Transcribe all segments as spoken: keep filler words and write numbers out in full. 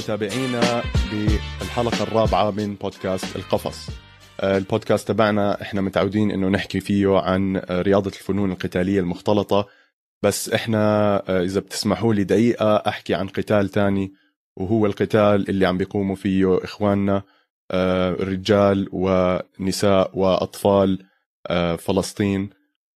متابعينا بالحلقة الرابعة من بودكاست القفص. البودكاست تبعنا احنا متعودين انه نحكي فيه عن رياضة الفنون القتالية المختلطة، بس احنا اذا بتسمحوا لي دقيقة احكي عن قتال تاني، وهو القتال اللي عم بيقوموا فيه اخواننا رجال ونساء واطفال فلسطين.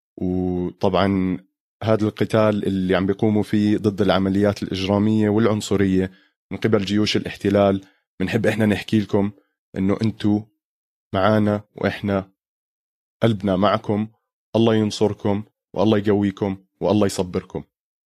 وطبعا هذا القتال اللي عم بيقوموا فيه ضد العمليات الإجرامية والعنصرية من قبل جيوش الاحتلال. بنحب إحنا نحكي لكم إنه أنتوا معانا وإحنا قلبنا معكم. الله ينصركم والله يقويكم والله يصبركم.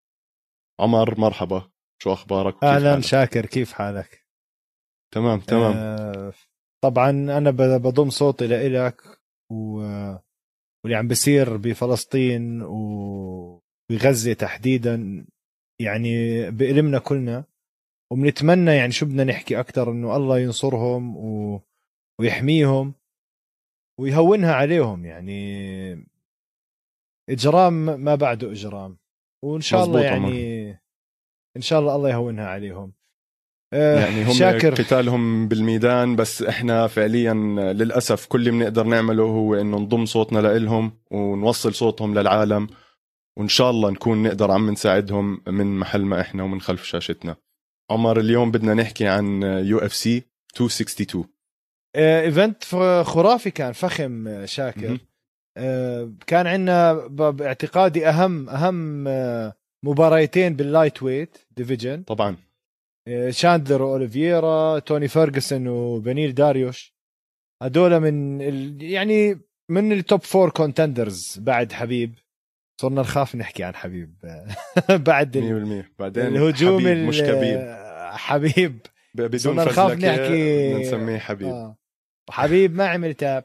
عمر مرحبا، شو أخبارك؟ أهلا شاكر، كيف حالك؟ تمام تمام. آه طبعا أنا بضم صوتي لإلك و... واللي عم بيصير بفلسطين وبغزة تحديدا يعني بإلمنا كلنا، وبنتمنى يعني شو بدنا نحكي أكتر إنه الله ينصرهم و... ويحميهم ويهونها عليهم. يعني إجرام ما بعده إجرام، وإن شاء الله يعني عمر. إن شاء الله الله يهونها عليهم. أه يعني هم شاكر. قتالهم بالميدان، بس إحنا فعليا للأسف كل اللي بنقدر نعمله هو إنه نضم صوتنا لإلهم ونوصل صوتهم للعالم، وإن شاء الله نكون نقدر عم نساعدهم من محل ما إحنا ومن خلف شاشتنا. عمر اليوم بدنا نحكي عن يو اف سي مئتين وواحد وستين. ايفنت خرافي كان فخم شاكر. أه كان عندنا باعتقادي اهم اهم مباريتين باللايت ويت ديفيجن. طبعا شاندلر واوليفيرا، توني فيرغسون وبنيل داريوش، هذول من ال... يعني من التوب فور كونتندرز بعد حبيب. صرنا نخاف نحكي عن حبيب بعد مية بالمية. بعدين الهجوم حبيب مش كبيب. حبيب بدون نخاف نحكي نسميه حبيب. آه. حبيب ما عمل تاب.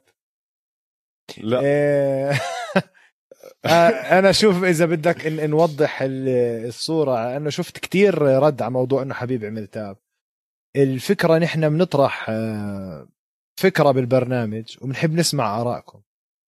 لا انا شوف اذا بدك إن نوضح الصوره، انا شفت كتير رد على موضوع انه حبيب عمل تاب. الفكره نحن بنطرح فكره بالبرنامج وبنحب نسمع ارائكم.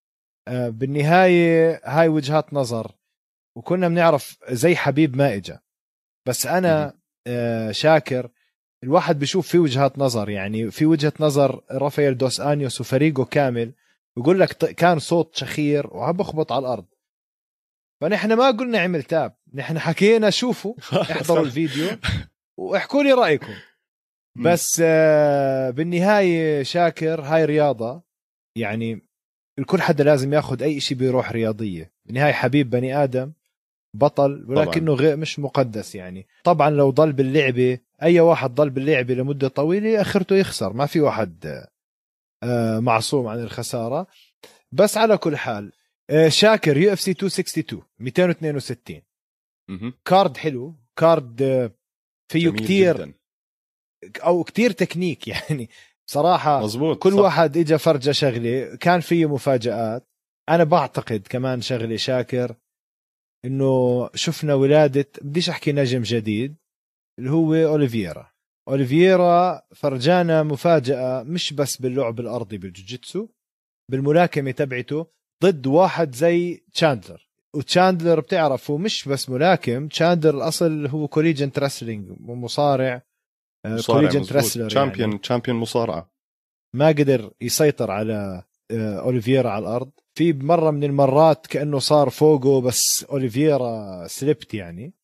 بالنهايه هاي وجهات نظر، وكنا بنعرف زي حبيب ما اجا، بس انا شاكر الواحد بيشوف في وجهات نظر. يعني في وجهة نظر رافائيل دوس آنيوس وفريقه كامل يقول لك كان صوت شخير وعم بخبط على الأرض. فنحن ما قلنا عمل تاب، نحن حكينا شوفوا احضروا الفيديو واحكوا لي رأيكم. بس بالنهاية شاكر هاي رياضة، يعني الكل حدا لازم ياخد أي شيء بيروح رياضية. بالنهاية حبيب بني آدم بطل، ولكنه غير مش مقدس. يعني طبعا لو ضل باللعبة، أي واحد ضل باللعبة لمدة طويلة آخرته يخسر، ما في واحد معصوم عن الخسارة. بس على كل حال شاكر يو اف سي مئتين واثنين وستين كارد حلو، كارد فيه كتير جداً. أو كتير تكنيك يعني بصراحة مزبوط. كل صح. واحد إجا فرجة شغلة، كان فيه مفاجآت. أنا بعتقد كمان شغلة شاكر إنه شفنا ولادة، بديش أحكي نجم جديد، اللي هو أوليفيرا. أوليفيرا فرجانا مفاجأة، مش بس باللعب الأرضي بالجوجيتسو، بالملاكمة تبعته ضد واحد زي تشاندلر. وتشاندلر بتعرفه مش بس ملاكم، تشاندلر الأصل هو كوليجنت رسلينج، مصارع كوليجنت رسلر، تشامبيون يعني تشامبيون مصارعة. ما قدر يسيطر على أوليفيرا على الأرض. في مرة من المرات كأنه صار فوقه، بس أوليفيرا سلبت يعني.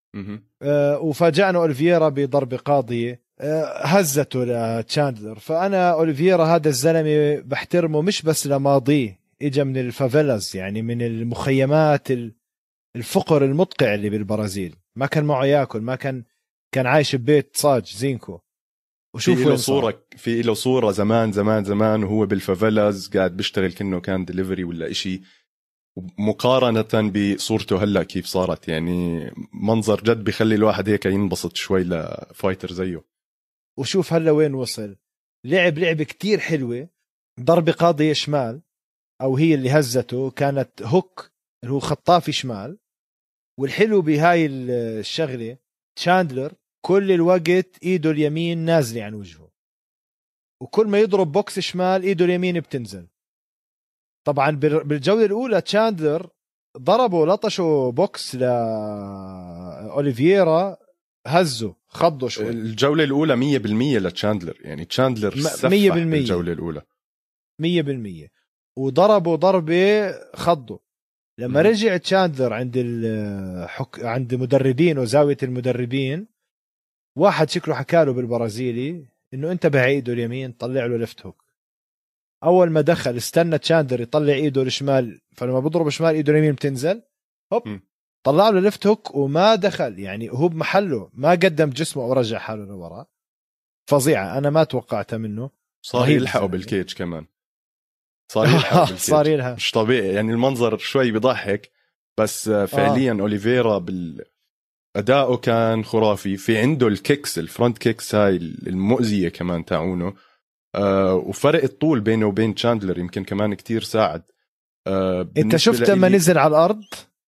أه وفاجأنا أوليفيرا بضربة قاضية أه هزته لتشاندلر. فأنا أوليفيرا هذا الزلمة بحترمه، مش بس لماضيه، إجا من الفافيلاز، يعني من المخيمات الفقر المدقع اللي بالبرازيل. ما كان معه ياكل، ما كان كان عايش ببيت صاج زينكو. وشوف له صورة، في له صورة زمان زمان زمان وهو بالفافيلاز قاعد بيشتغل كأنه كان ديليفري ولا إشي، مقارنة بصورته هلأ كيف صارت. يعني منظر جد بيخلي الواحد هيك ينبسط شوي لفايتر زيه. وشوف هلأ وين وصل، لعب لعبة كتير حلوة. ضربة قاضية شمال، أو هي اللي هزته، كانت هوك اللي هو خطافي شمال. والحلو بهاي الشغلة تشاندلر كل الوقت إيده اليمين نازلة عن وجهه، وكل ما يضرب بوكس شمال إيده اليمين بتنزل. طبعا بالجولة الأولى تشاندلر ضربوا لطشوا بوكس لأوليفيرا هزوا خضوا شوي. الجولة الأولى مية بالمية لتشاندلر، يعني تشاندلر سفح الجولة الأولى مية بالمية، وضربوا ضربة خضوا. لما م. رجع تشاندلر عند الحك... عند مدربين وزاوية المدربين، واحد شكله حكاله بالبرازيلي إنه أنت بعيده اليمين طلع له ليفت هوك. أول ما دخل استنى تشاندلر يطلع إيده الشمال، فلما بضرب شمال إيده اليمين بتنزل هوب م. طلع له ليفت هوك وما دخل، يعني هو بمحله ما قدم جسمه ورجع حاله لورا. فظيعة، أنا ما توقعتها منه. صار يلحقه بالكيج كمان، صار يلحقه بالكيج صار يلحق. مش طبيعي، يعني المنظر شوي بيضحك، بس فعليا آه. أوليفيرا بالأداءه كان خرافي. في عنده الكيكس الفرونت كيكس هاي المؤذية كمان تاعونه، آه وفرق الطول بينه وبين تشاندلر يمكن كمان كتير ساعد. آه انت شفت لما نزل على الأرض؟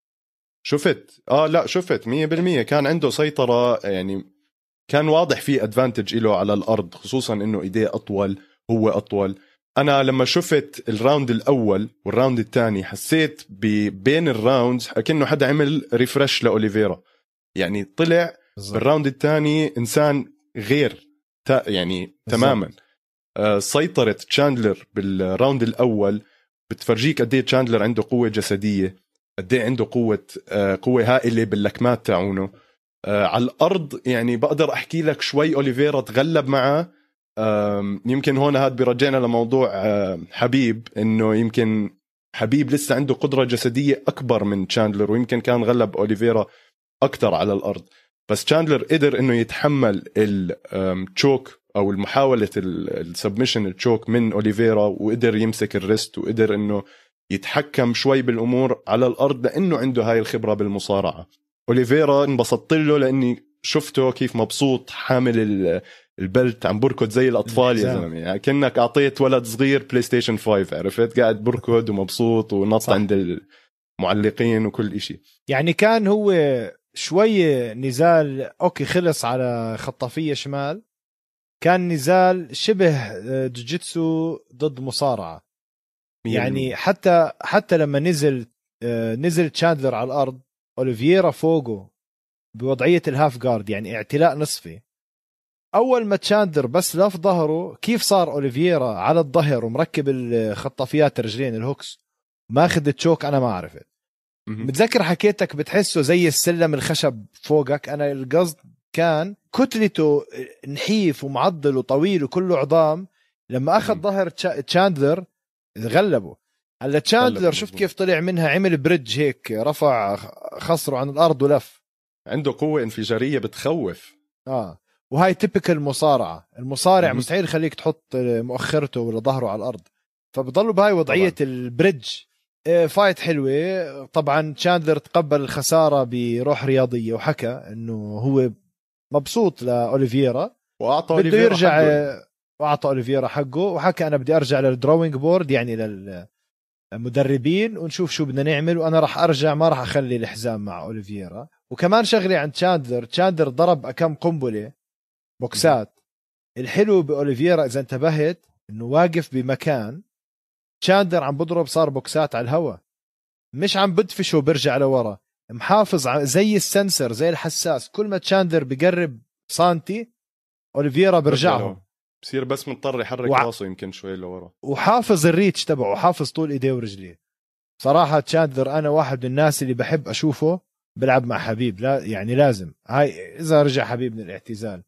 شفت اه لا شفت مية بالمية كان عنده سيطرة، يعني كان واضح فيه ادفانتج له على الأرض، خصوصا انه ايديه اطول هو اطول. انا لما شفت الراوند الاول والراوند الثاني حسيت بين الراوندز كأنه حدا عمل ريفرش لاوليفيرا، يعني طلع بالزبط. بالراوند الثاني انسان غير يعني بالزبط. تماما. آه سيطرة تشاندلر بالراوند الاول بتفرجيك قد ايه تشاندلر عنده قوة جسدية، قد ايه عنده قوة آه قوة هائلة باللكمات تاعونه. آه على الارض يعني بقدر احكي لك شوي اوليفيرا تغلب معه. يمكن هون هاد بيرجعنا لموضوع حبيب، انه يمكن حبيب لسه عنده قدرة جسدية اكبر من تشاندلر، ويمكن كان غلب اوليفيرا اكتر على الارض، بس تشاندلر قدر انه يتحمل التشوك او المحاولة السبمشن التشوك من اوليفيرا، وقدر يمسك الريست، وقدر انه يتحكم شوي بالامور على الارض لانه عنده هاي الخبرة بالمصارعة. اوليفيرا انبسطت له لاني شفته كيف مبسوط حامل البلت عم بركض زي الأطفال يا زلمة، يعني كأنك أعطيت ولد صغير بلاي ستيشن فايف، عرفت، قاعد بركض ومبسوط ونط صح. عند المعلقين وكل إشي. يعني كان هو شوية نزال أوكي خلص على خطافية شمال، كان نزال شبه جوجيتسو ضد مصارعة. يعني حتى حتى لما نزل نزل تشاندلر على الأرض، أوليفيرا فوقه بوضعية الهاف جارد، يعني اعتلاء نصفي. أول ما تشاندلر بس لف ظهره، كيف صار أوليفيرا على الظهر ومركب الخطافيات الرجلين الهوكس ماخذ التشوك، أنا ما عرفت. متذكر حكيتك بتحسه زي السلم الخشب فوقك، أنا القصد كان كتلته نحيف ومعضل وطويل وكله عظام. لما أخذ ظهر تشاندلر غلبه. هلا تشاندلر شفت كيف طلع منها، عمل بريدج هيك، رفع خصره عن الأرض ولف. عنده قوة انفجارية بتخوف. آه وهاي تيبيكال مصارعة، المصارع مستحيل يخليك تحط مؤخرته ولا ظهره على الأرض، فبضلوا بهاي وضعية طبعا. البريدج. فايت حلوة طبعا. تشاندلر تقبل الخسارة بروح رياضية، وحكى انه هو مبسوط لأوليفيرا وأعطى بده يرجع حقه. وأعطى أوليفيرا حقه، وحكى أنا بدي أرجع للدروينج بورد، يعني للمدربين، ونشوف شو بدنا نعمل، وأنا راح أرجع ما راح أخلي الحزام مع أوليفيرا. وكمان شغلي عند تشاندلر، تشاندلر ضرب كم قنبلة بوكسات. الحلو بأوليفيرا إذا انتبهت إنه واقف بمكان، تشاندلر عم بضرب صار بوكسات على الهواء، مش عم بدفشه وبرجع لورا، محافظ زي السنسر زي الحساس. كل ما تشاندلر بقرب سانتي أوليفيرا برجعهم، بصير بس مضطر يحرك وع... راسه يمكن شوي لورا، وحافظ الريتش تبعه وحافظ طول إيديه ورجليه. صراحة تشاندلر أنا واحد من الناس اللي بحب أشوفه بلعب مع حبيب، لا يعني لازم هاي إذا رجع حبيب من الاعتزال.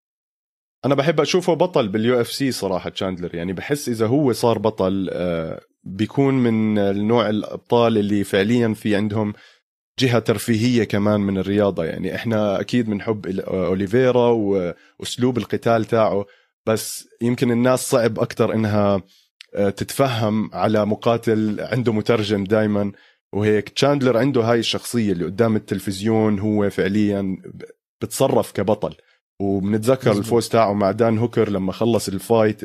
أنا بحب أشوفه بطل باليو اف سي صراحة تشاندلر، يعني بحس إذا هو صار بطل بيكون من النوع الأبطال اللي فعليا في عندهم جهة ترفيهية كمان من الرياضة. يعني إحنا أكيد بنحب أوليفيرا وأسلوب القتال تاعه، بس يمكن الناس صعب أكتر إنها تتفهم على مقاتل عنده مترجم دايما وهيك. تشاندلر عنده هاي الشخصية اللي قدام التلفزيون هو فعليا بتصرف كبطل. وبنتذكر الفوز تاعه مع دان هوكر لما خلص الفايت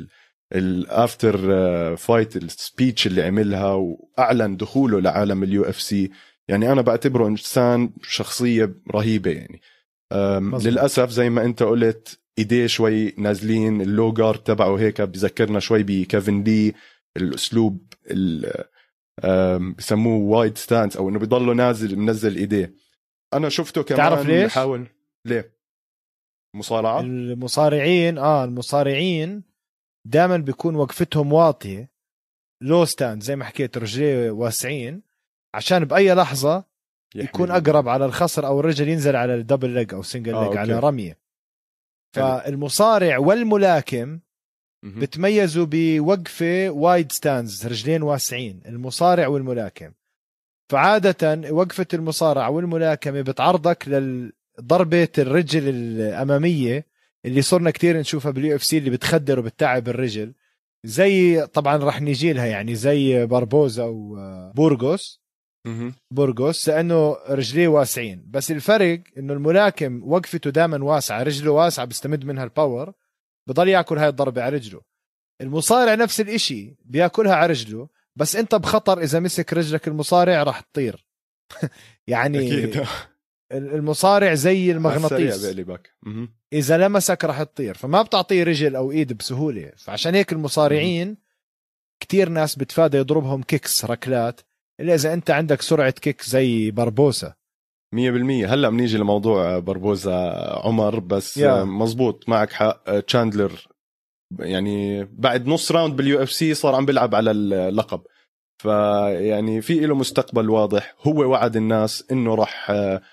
الافتر فايت السبيتش اللي عملها واعلن دخوله لعالم اليو اف سي. يعني انا بعتبره انسان شخصيه رهيبه يعني. للاسف زي ما انت قلت ايديه شوي نازلين، اللو جارد تبعه هيك بذكرنا شوي بكيفن لي، الاسلوب بسموه وايد ستانس او انه بيضله نازل منزل ايديه. انا شفته كمان تعرف ليش؟ بحاول ليه مصارعة المصارعين اه المصارعين دائما بيكون وقفتهم واطية لو ستاند زي ما حكيت رجليه واسعين عشان بأي لحظة يكون أقرب على الخصر أو الرجل ينزل على الدبل ليج أو سنجل آه، ليج على رمية. فالمصارع والملاكم بتميزوا بوقفة وايد ستاندز رجلين واسعين المصارع والملاكم. فعادة وقفة المصارع والملاكمة بتعرضك لضربة الرجل الأمامية اللي صرنا كتير نشوفها باليو اف سي اللي بتخدر وبتتعب الرجل زي طبعا رح نيجي لها يعني زي باربوزا وبورغوس بورغوس لأنه رجليه واسعين. بس الفرق إنه الملاكم وقفته دائما واسعة رجله واسعة بيستمد منها الباور بضل يأكل هاي الضربة على رجله. المصارع نفس الاشي بيأكلها على رجله بس انت بخطر اذا مسك رجلك المصارع راح تطير يعني أكيد. المصارع زي المغناطيس اذا لمسك راح تطير فما بتعطيه رجل او ايد بسهولة. فعشان هيك المصارعين كتير ناس بتفادى يضربهم كيكس ركلات إلا إذا أنت عندك سرعة كيك زي بربوسا مية بالمية. هلأ بنيجي لموضوع بربوزا عمر بس yeah. مزبوط معك حق. تشاندلر يعني بعد نص راوند باليو اف سي صار عم بيلعب على اللقب فيعني في له مستقبل واضح. هو وعد الناس إنه راح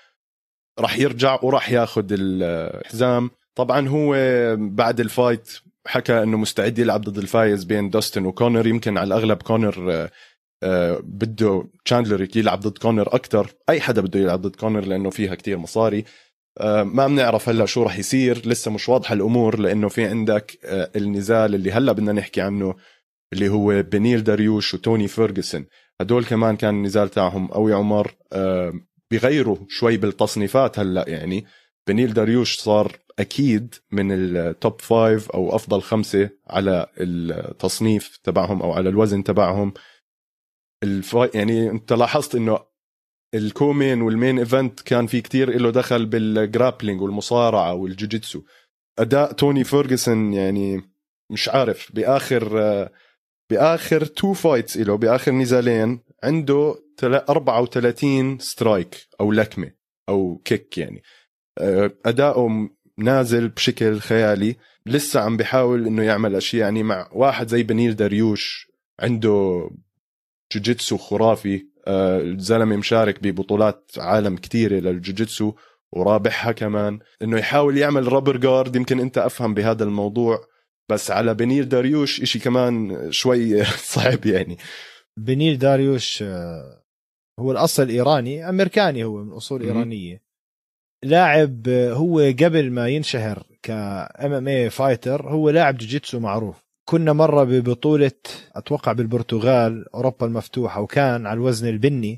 راح يرجع وراح ياخد الحزام. طبعا هو بعد الفايت حكى إنه مستعد يلعب ضد الفايز بين دوستن وكونر. يمكن على الأغلب كونر أه بده تشاندلر يلعب ضد كونر أكتر. أي حدا بده يلعب ضد كونر لأنه فيها كتير مصاري. أه ما بنعرف هلأ شو رح يصير لسه مش واضحة الأمور لأنه في عندك أه النزال اللي هلأ بدنا نحكي عنه اللي هو بنيل داريوش وتوني فيرغسون. هدول كمان كان النزال تاعهم قوي عمر. أه بيغيروا شوي بالتصنيفات هلأ يعني بنيل داريوش صار أكيد من التوب فايف أو أفضل خمسة على التصنيف تبعهم أو على الوزن تبعهم. الفا... يعني أنت لاحظت إنه الكومين والمين إيفنت كان في كتير إله دخل بالجرابلينج والمصارعة والجوجيتسو. أداء توني فيرغسون يعني مش عارف بآخر بآخر تو فايتس إله بآخر نزالين عنده أربعة وثلاثين سترايك أو لكمة أو كيك يعني أداؤه نازل بشكل خيالي. لسه عم بيحاول إنه يعمل أشياء يعني مع واحد زي بنيل داريوش عنده جوجيتسو خرافي. الزلمة مشارك ببطولات عالم كتيرة للجوجيتسو ورابحها كمان. إنه يحاول يعمل رابر جارد يمكن أنت أفهم بهذا الموضوع بس على بنيل داريوش إشي كمان شوي صعب يعني. بنيل داريوش هو الأصل إيراني أمريكاني هو من أصول م- إيرانية. لاعب هو قبل ما ينشهر كإم إم إيه فايتر هو لاعب جوجيتسو معروف. كنا مرة ببطولة أتوقع بالبرتغال أوروبا المفتوحة وكان على الوزن البني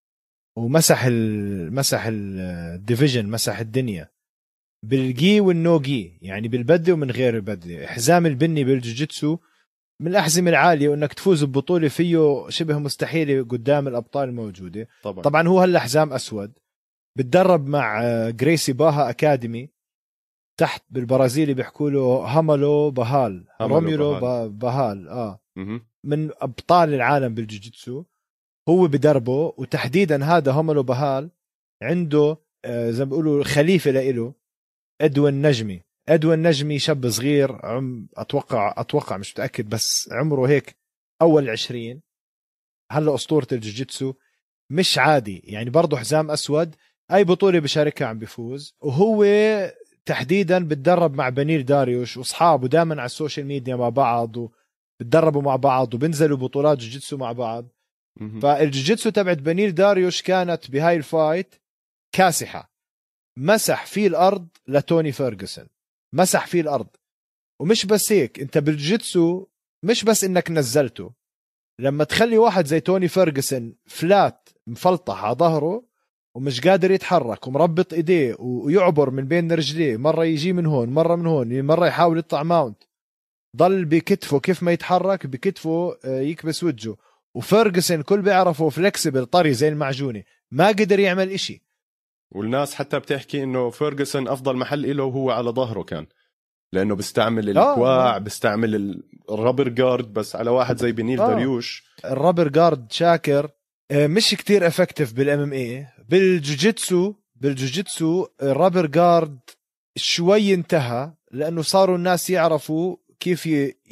ومسح المسح الديفيجن مسح الدنيا بالجي والنوجي يعني بالبدلة ومن غير البدلة. حزام البني بالجوجيتسو من الأحزمة العالية وإنك تفوز ببطولة فيه شبه مستحيلة قدام الأبطال الموجودة. طبعا, طبعا هو هلا حزام أسود بتدرب مع جريسي باها أكاديمي تحت بالبرازيلي بيحكوا له هامالو بهال روميلو بهال, بهال. آه. من أبطال العالم بالجوجيتسو هو بدربه. وتحديدا هذا هامالو بهال عنده آه زي ما بيقولوا خليفة لإله أدوين نجمي. أدوين نجمي شاب صغير عم أتوقع أتوقع مش متأكد بس عمره هيك أول عشرين. هلا أسطورة الجوجيتسو مش عادي يعني برضه حزام أسود أي بطولة بشاركها عم بيفوز. وهو تحديدا بتدرب مع بنيل داريوش واصحابه دائما على السوشيال ميديا مع بعض وبتدربوا مع بعض وبنزلوا بطولات جوجيتسو مع بعض. فالجوجيتسو تبعت بنيل داريوش كانت بهاي الفايت كاسحة. مسح فيه الأرض لتوني فيرغسون مسح فيه الأرض. ومش بس هيك انت بالجوجيتسو مش بس انك نزلته لما تخلي واحد زي توني فيرغسون فلات مفلطح على ظهره ومش قادر يتحرك ومربط ايديه ويعبر من بين رجليه مرة يجي من هون مرة من هون مرة يحاول يطلع ماونت ضل بكتفه كيف ما يتحرك بكتفه يكبس وجهه. وفيرغسون كل بيعرفه فلكسبل طري زي المعجونة ما قدر يعمل اشي. والناس حتى بتحكي انه فيرغسون افضل محل له وهو على ظهره كان لانه بيستعمل الكواع بيستعمل الرابر جارد. بس على واحد زي بنيل آه. داريوش الرابر جارد شاكر مش كتير افكتيف بالام ام اي. بالجوجيتسو بالجوجيتسو الرابر جارد شوي انتهى لأنه صاروا الناس يعرفوا كيف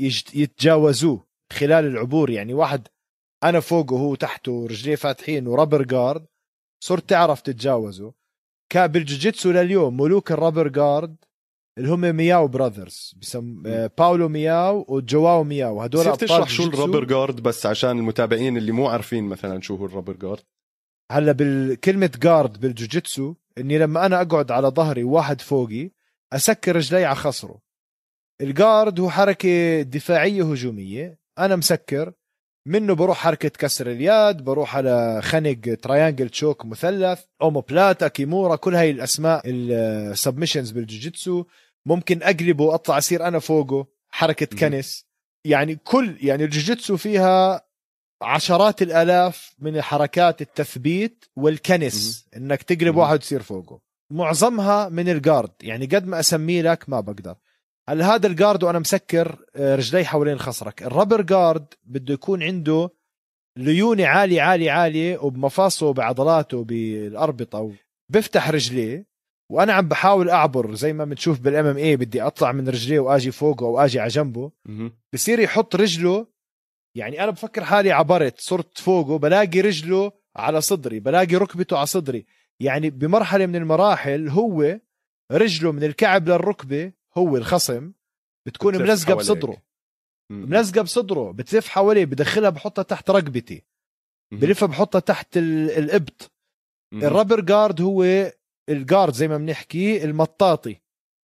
يتجاوزوه خلال العبور. يعني واحد أنا فوقه وهو تحته رجليه فاتحين ورابر جارد، صرت تعرف تتجاوزه. كان بالجوجيتسو لليوم ملوك الرابر جارد اللي هم مياو براذرز، بسم باولو مياو وجواو مياو، هدول ابطال. تشرح شو الرابر جارد بس عشان المتابعين اللي مو عارفين مثلا شو هو الرابر جارد. هلا بالكلمة جارد بالجوجيتسو اني لما انا اقعد على ظهري وواحد فوقي اسكر رجلي على خصره. الجارد هو حركة دفاعية هجومية، انا مسكر منه بروح حركة كسر اليد، بروح على خنق ترايانجل تشوك مثلث، اوموبلاتا، كيمورا، كل هاي الاسماء السبمشنز بالجوجيتسو. ممكن اقلبه واطلع اصير انا فوقه حركة كنس. يعني كل يعني الجوجيتسو فيها عشرات الالاف من الحركات التثبيت والكنس، انك تقلب واحد وتصير فوقه. معظمها من الجارد، يعني قد ما اسميه لك ما بقدر. هل هذا الجارد وانا مسكر رجلي حوالين خصرك. الرابر جارد بده يكون عنده ليونة عالية عالية عالية، وبمفاصله بعضلاته بالأربطة، بفتح رجليه وانا عم بحاول اعبر زي ما بنشوف بالام ام اي، بدي اطلع من رجليه واجي فوقه او اجي على جنبه. بصير يحط رجله، يعني انا بفكر حالي عبرت صرت فوقه، بلاقي رجله على صدري، بلاقي ركبته على صدري. يعني بمرحلة من المراحل هو رجله من الكعب للركبة، هو الخصم بتكون ملزقة بصدره، ملزقة بصدره، بتلف حواليه، بدخلها بحطها تحت رقبتي، بلفها بحطها تحت الإبط. الرابر جارد هو الجارد زي ما بنحكي المطاطي،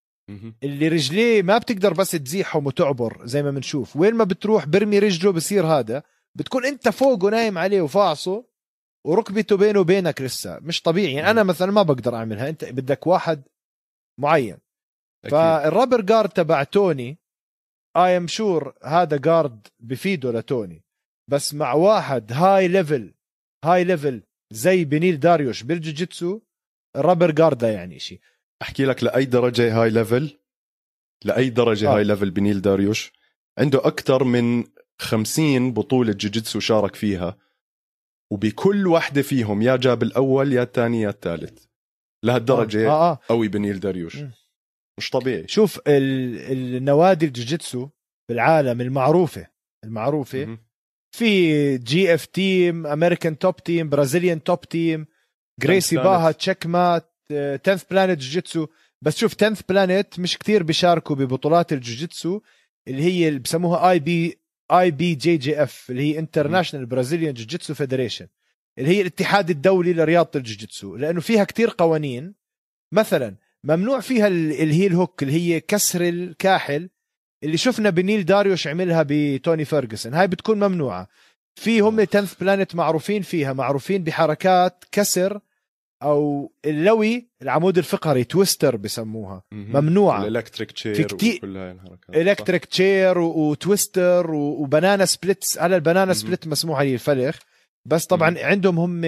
اللي رجليه ما بتقدر بس تزيحهم وتعبر زي ما بنشوف، وين ما بتروح برمي رجله بصير هذا، بتكون انت فوقه نايم عليه وفاعصه وركبته بينه وبينك لسه مش طبيعي. يعني انا مثلا ما بقدر اعملها، انت بدك واحد معين. فالرابر جارد تبع توني اي ام شور هذا جارد بفيده لتوني، بس مع واحد هاي ليفل هاي ليفل زي بنيل داريوش بالجوجيتسو، الرابر جارد لا يعني شيء. احكي لك لاي درجه هاي ليفل، لاي درجه آه. هاي ليفل بنيل داريوش عنده اكثر من خمسين بطوله جوجيتسو شارك فيها، وبكل واحدة فيهم يا جاب الأول يا الثاني يا الثالث. لهالدرجة آه. آه. قوي بنيل داريوش م. مش طبيعي. شوف النوادي الجوجيتسو بالعالم المعروفة المعروفة م- في جي اف تيم، امريكان توب تيم، برازيليان توب تيم، جريسي باها، تشيك مات، تنث بلانت جوجيتسو. بس شوف تنث بلانت مش كتير بيشاركوا ببطولات الجوجيتسو اللي هي اللي بسموها اي بي اي بي جي جي اف، اللي هي انترناشنال برازيليان جوجيتسو فيدريشن، اللي هي الاتحاد الدولي لرياضة الجوجيتسو، لانه فيها كتير قوانين. مثلا ممنوع فيها اللي هي الهوك، اللي هي كسر الكاحل، اللي شفنا بنيل داريوش عملها بتوني فيرغسون، هاي بتكون ممنوعة. في هم تنث بلانت معروفين فيها، معروفين بحركات كسر او اللوي العمود الفقري، تويستر بسموها، ممنوعه. الالكتريك تشير وكل هاي الحركات، الكتريك تشير وتويستر وبنانا سبليتس. على البنانا سبليت مسموح عليه الفلخ، بس طبعا مم. عندهم هم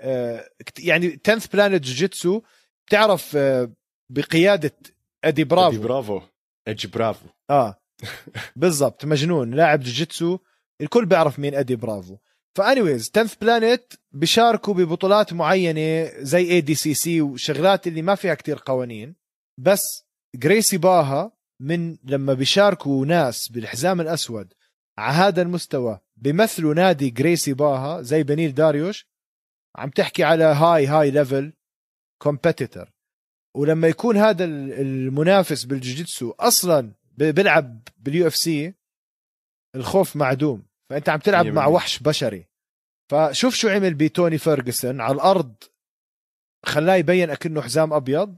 يعني تنث بلانت جوجيتسو بتعرف بقياده ادي برافو ادي برافو ادي برافو اه بالضبط، مجنون لاعب جوجيتسو، الكل بيعرف مين ادي برافو. فانيويز تنث بلانت بيشاركوا ببطولات معينة زي اي دي سي سي وشغلات اللي ما فيها كتير قوانين. بس جريسي باها من لما بيشاركوا ناس بالحزام الأسود على هذا المستوى بيمثلوا نادي جريسي باها زي بنيل داريوش، عم تحكي على هاي هاي ليفل كومبيتيتور. ولما يكون هذا المنافس بالجوجيتسو أصلا بيلعب باليو اف سي، الخوف معدوم، فأنت عم تلعب مع وحش بشري. فشوف شو عمل بتوني فيرغسون على الأرض، خلاه يبين أكنه حزام أبيض،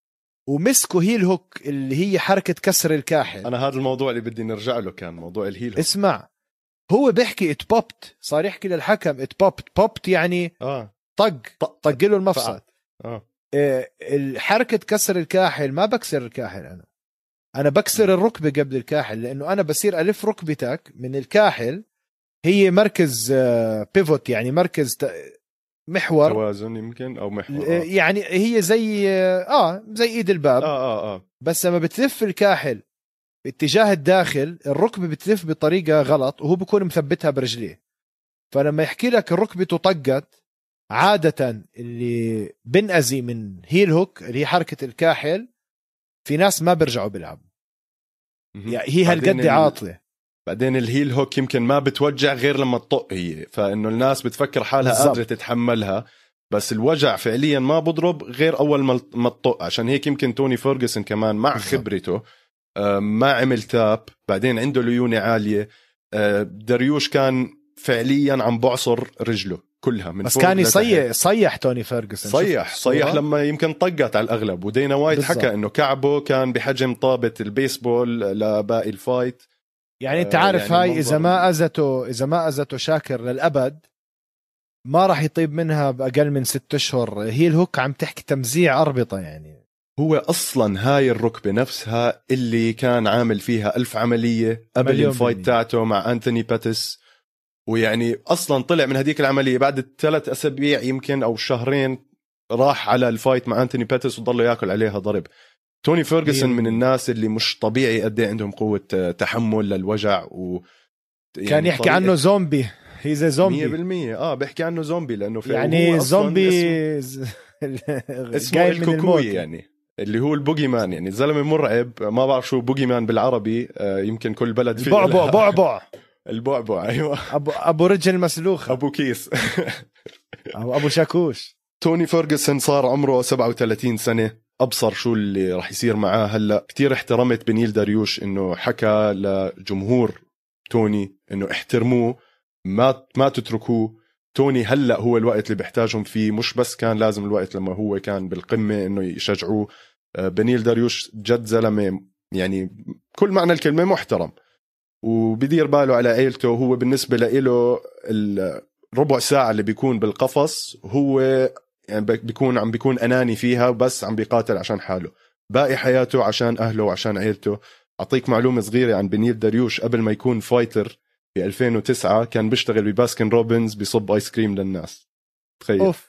ومسكه هيل هوك اللي هي حركة كسر الكاحل. أنا هذا الموضوع اللي بدي نرجع له، كان موضوع الهيل هوك. اسمع، هو بيحكي اتبوبت، صار يحكي للحكم اتبوبت، بوبت يعني آه. طق طق له المفصل. آه. إيه حركة كسر الكاحل ما بكسر الكاحل، أنا أنا بكسر الركبة قبل الكاحل، لأنه أنا بصير ألف ركبتك من الكاحل، هي مركز بيفوت يعني مركز محور توازن يمكن او محور آه. يعني هي زي اه زي ايد الباب اه اه اه بس لما بتلف الكاحل باتجاه الداخل الركبه بتلف بطريقه غلط وهو بيكون مثبتها برجليه. فلما يحكي لك ركبته طقت، عاده اللي بنأذي من هيل هوك اللي هي حركه الكاحل في ناس ما بيرجعوا بيلعبوا يعني هي هالقد عاطله. بعدين الهيل هوك يمكن ما بتوجع غير لما تطق هي، فانه الناس بتفكر حالها بالزبط. قادره تتحملها، بس الوجع فعليا ما بضرب غير اول ما تطق. عشان هيك يمكن توني فيرغسون كمان مع بالزبط. خبرته ما عمل تاب، بعدين عنده ليونه عاليه. داريوش كان فعليا عم بعصر رجله كلها من بس كان يصيح صيح توني فيرغسون، صيح صيح لما يمكن طقت على الأغلب. ودينا وايت بالزبط. حكى إنه كعبه كان بحجم طابة البيسبول لباقي الفايت. يعني أنت عارف يعني هاي إذا ما أذته إذا ما أذته شاكر للأبد ما راح يطيب منها بأقل من ست أشهر. هي الهوك عم تحكي تمزيع أربطة يعني. هو أصلا هاي الركبة نفسها اللي كان عامل فيها ألف عملية قبل الفايت تاعته مع أنتوني باتيس، ويعني أصلا طلع من هديك العملية بعد الثلاث أسابيع يمكن أو شهرين راح على الفايت مع أنتوني باتيس وضل يأكل عليها ضرب. توني فيرغسون من الناس اللي مش طبيعي قد ايه عندهم قوة تحمل للوجع، و يعني كان يحكي عنه زومبي، هي زي زومبي مية بالمية. اه بيحكي عنه زومبي لأنه يعني زومبي اسمه, اسمه الكوكوي يعني اللي هو البوجي مان، يعني الزلمة مرعب. ما بعرف شو بوجي مان بالعربي، آه يمكن كل بلد فيه بعبع بعبع البعبع. ايوه ابو ابو رجل مسلوخه، ابو كيس او ابو شاكوش. توني فيرغسون صار عمره سبعة وثلاثين سنة، ابصر شو اللي راح يصير معاه هلا. كتير احترمت بنيل داريوش انه حكى لجمهور توني انه احترموه، ما ما تتركوه. توني هلا هو الوقت اللي بيحتاجهم فيه، مش بس كان لازم الوقت لما هو كان بالقمة انه يشجعوه. بنيل داريوش جد زلمة يعني كل معنى الكلمة محترم، وبدير باله على عيلته. هو بالنسبة له الربع ساعة اللي بيكون بالقفص هو يعني بيكون عم بيكون أناني فيها، بس عم بيقاتل عشان حاله. باقي حياته عشان أهله وعشان عيلته. أعطيك معلومة صغيرة عن بنيل داريوش. قبل ما يكون فايتر في ألفين وتسعة كان بيشتغل بباسكن روبنز بيصب آيس كريم للناس، تخيل. أوف.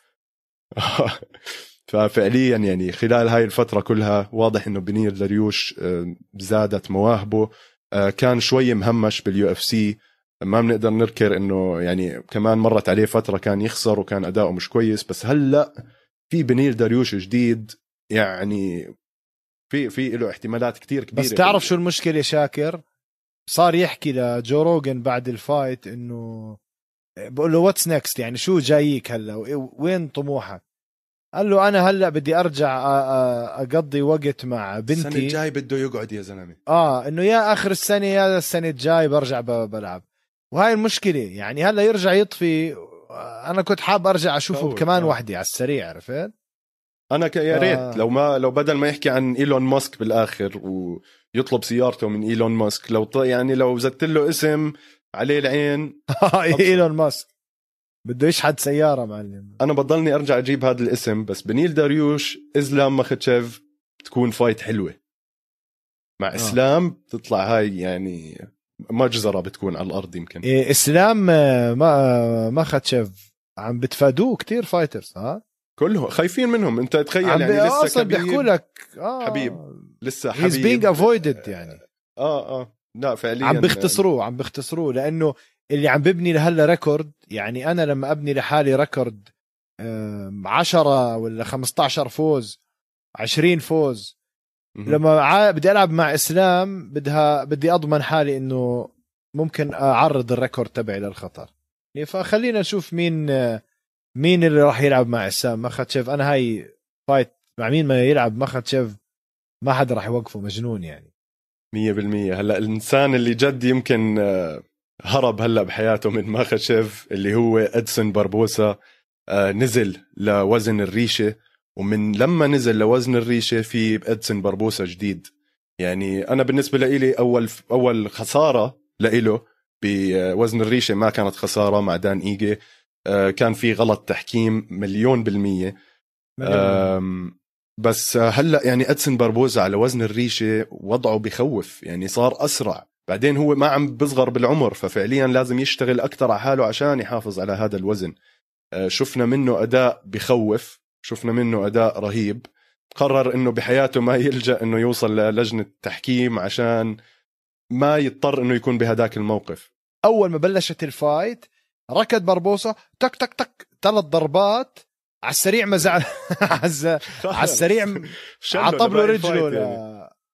ففعليا يعني خلال هاي الفترة كلها واضح إنه بنيل داريوش زادت مواهبه. كان شوي مهمش باليو اف سي، ما بنقدر نذكر انه يعني كمان مرت عليه فترة كان يخسر وكان اداؤه مش كويس. بس هلا في بنيل داريوش جديد، يعني في في له احتمالات كتير كبيرة. بس تعرف شو المشكلة شاكر؟ صار يحكي لجو روغن بعد الفايت انه بقول له واتس نيكست، يعني شو جايك هلا، وين طموحك؟ قال له أنا هلأ بدي أرجع أقضي وقت مع بنتي. السنة الجاي بده يقعد يا زلمة. آه إنه يا آخر السنة يا السنة الجاي برجع بلعب. وهاي المشكلة يعني هلأ يرجع يطفي. أنا كنت حاب أرجع أشوفه كمان آه. وحدي على السريع، عرفت؟ أنا ك... يا ريت آه. لو ما لو بدل ما يحكي عن إيلون ماسك بالآخر ويطلب سيارته من إيلون ماسك، لو ط... يعني لو زدت له اسم عليه العين إيلون ماسك بده يشحد سيارة معلم. أنا بضلني أرجع أجيب هذا الاسم. بس بنيل داريوش إسلام مخاتشيف تكون فايت حلوة مع آه. إسلام تطلع هاي يعني مجزرة بتكون على الأرض. يمكن إيه إسلام ما مخاتشيف عم بتفادوه كتير فايترز، ها كلهم خايفين منهم. أنت تخيل يعني لسه أصلا بيحكوا لك آه. حبيب لسه حبيب he's being avoided يعني آه آه لا فعليا عم بيختصروه عم بيختصروه لأنه اللي عم ببني لهلا ريكورد. يعني أنا لما أبني لحالي ريكورد عشرة ولا خمسة عشر فوز عشرين فوز، لما بدي ألعب مع إسلام بدها بدي أضمن حالي إنه ممكن أعرض الريكورد تبعي للخطر. فخلينا نشوف مين مين اللي راح يلعب مع إسلام مخاتشيف. أنا هاي فايت مع مين ما يلعب مخاتشيف ما حدا راح يوقفه، مجنون يعني مية بالمية. هلأ الإنسان اللي جد يمكن هرب هلأ بحياته من ماخاتشيف اللي هو إدسون باربوسا. آه نزل لوزن الريشة، ومن لما نزل لوزن الريشة في إدسون باربوسا جديد. يعني أنا بالنسبة لإلي أول أول خسارة لإله بوزن الريشة ما كانت خسارة مع دان إيجي. آه كان في غلط تحكيم مليون بالمية. بس هلأ يعني إدسون باربوسا على وزن الريشة وضعه بخوف، يعني صار أسرع. بعدين هو ما عم بصغر بالعمر، ففعليا لازم يشتغل أكتر على حاله عشان يحافظ على هذا الوزن. شفنا منه أداء بخوف، شفنا منه أداء رهيب. قرر إنه بحياته ما يلجأ إنه يوصل للجنة تحكيم عشان ما يضطر إنه يكون بهداك الموقف. أول ما بلشت الفايت ركض باربوسا تك تك تك ثلاث ضربات على السريع، مزع على السريع عطب له رجله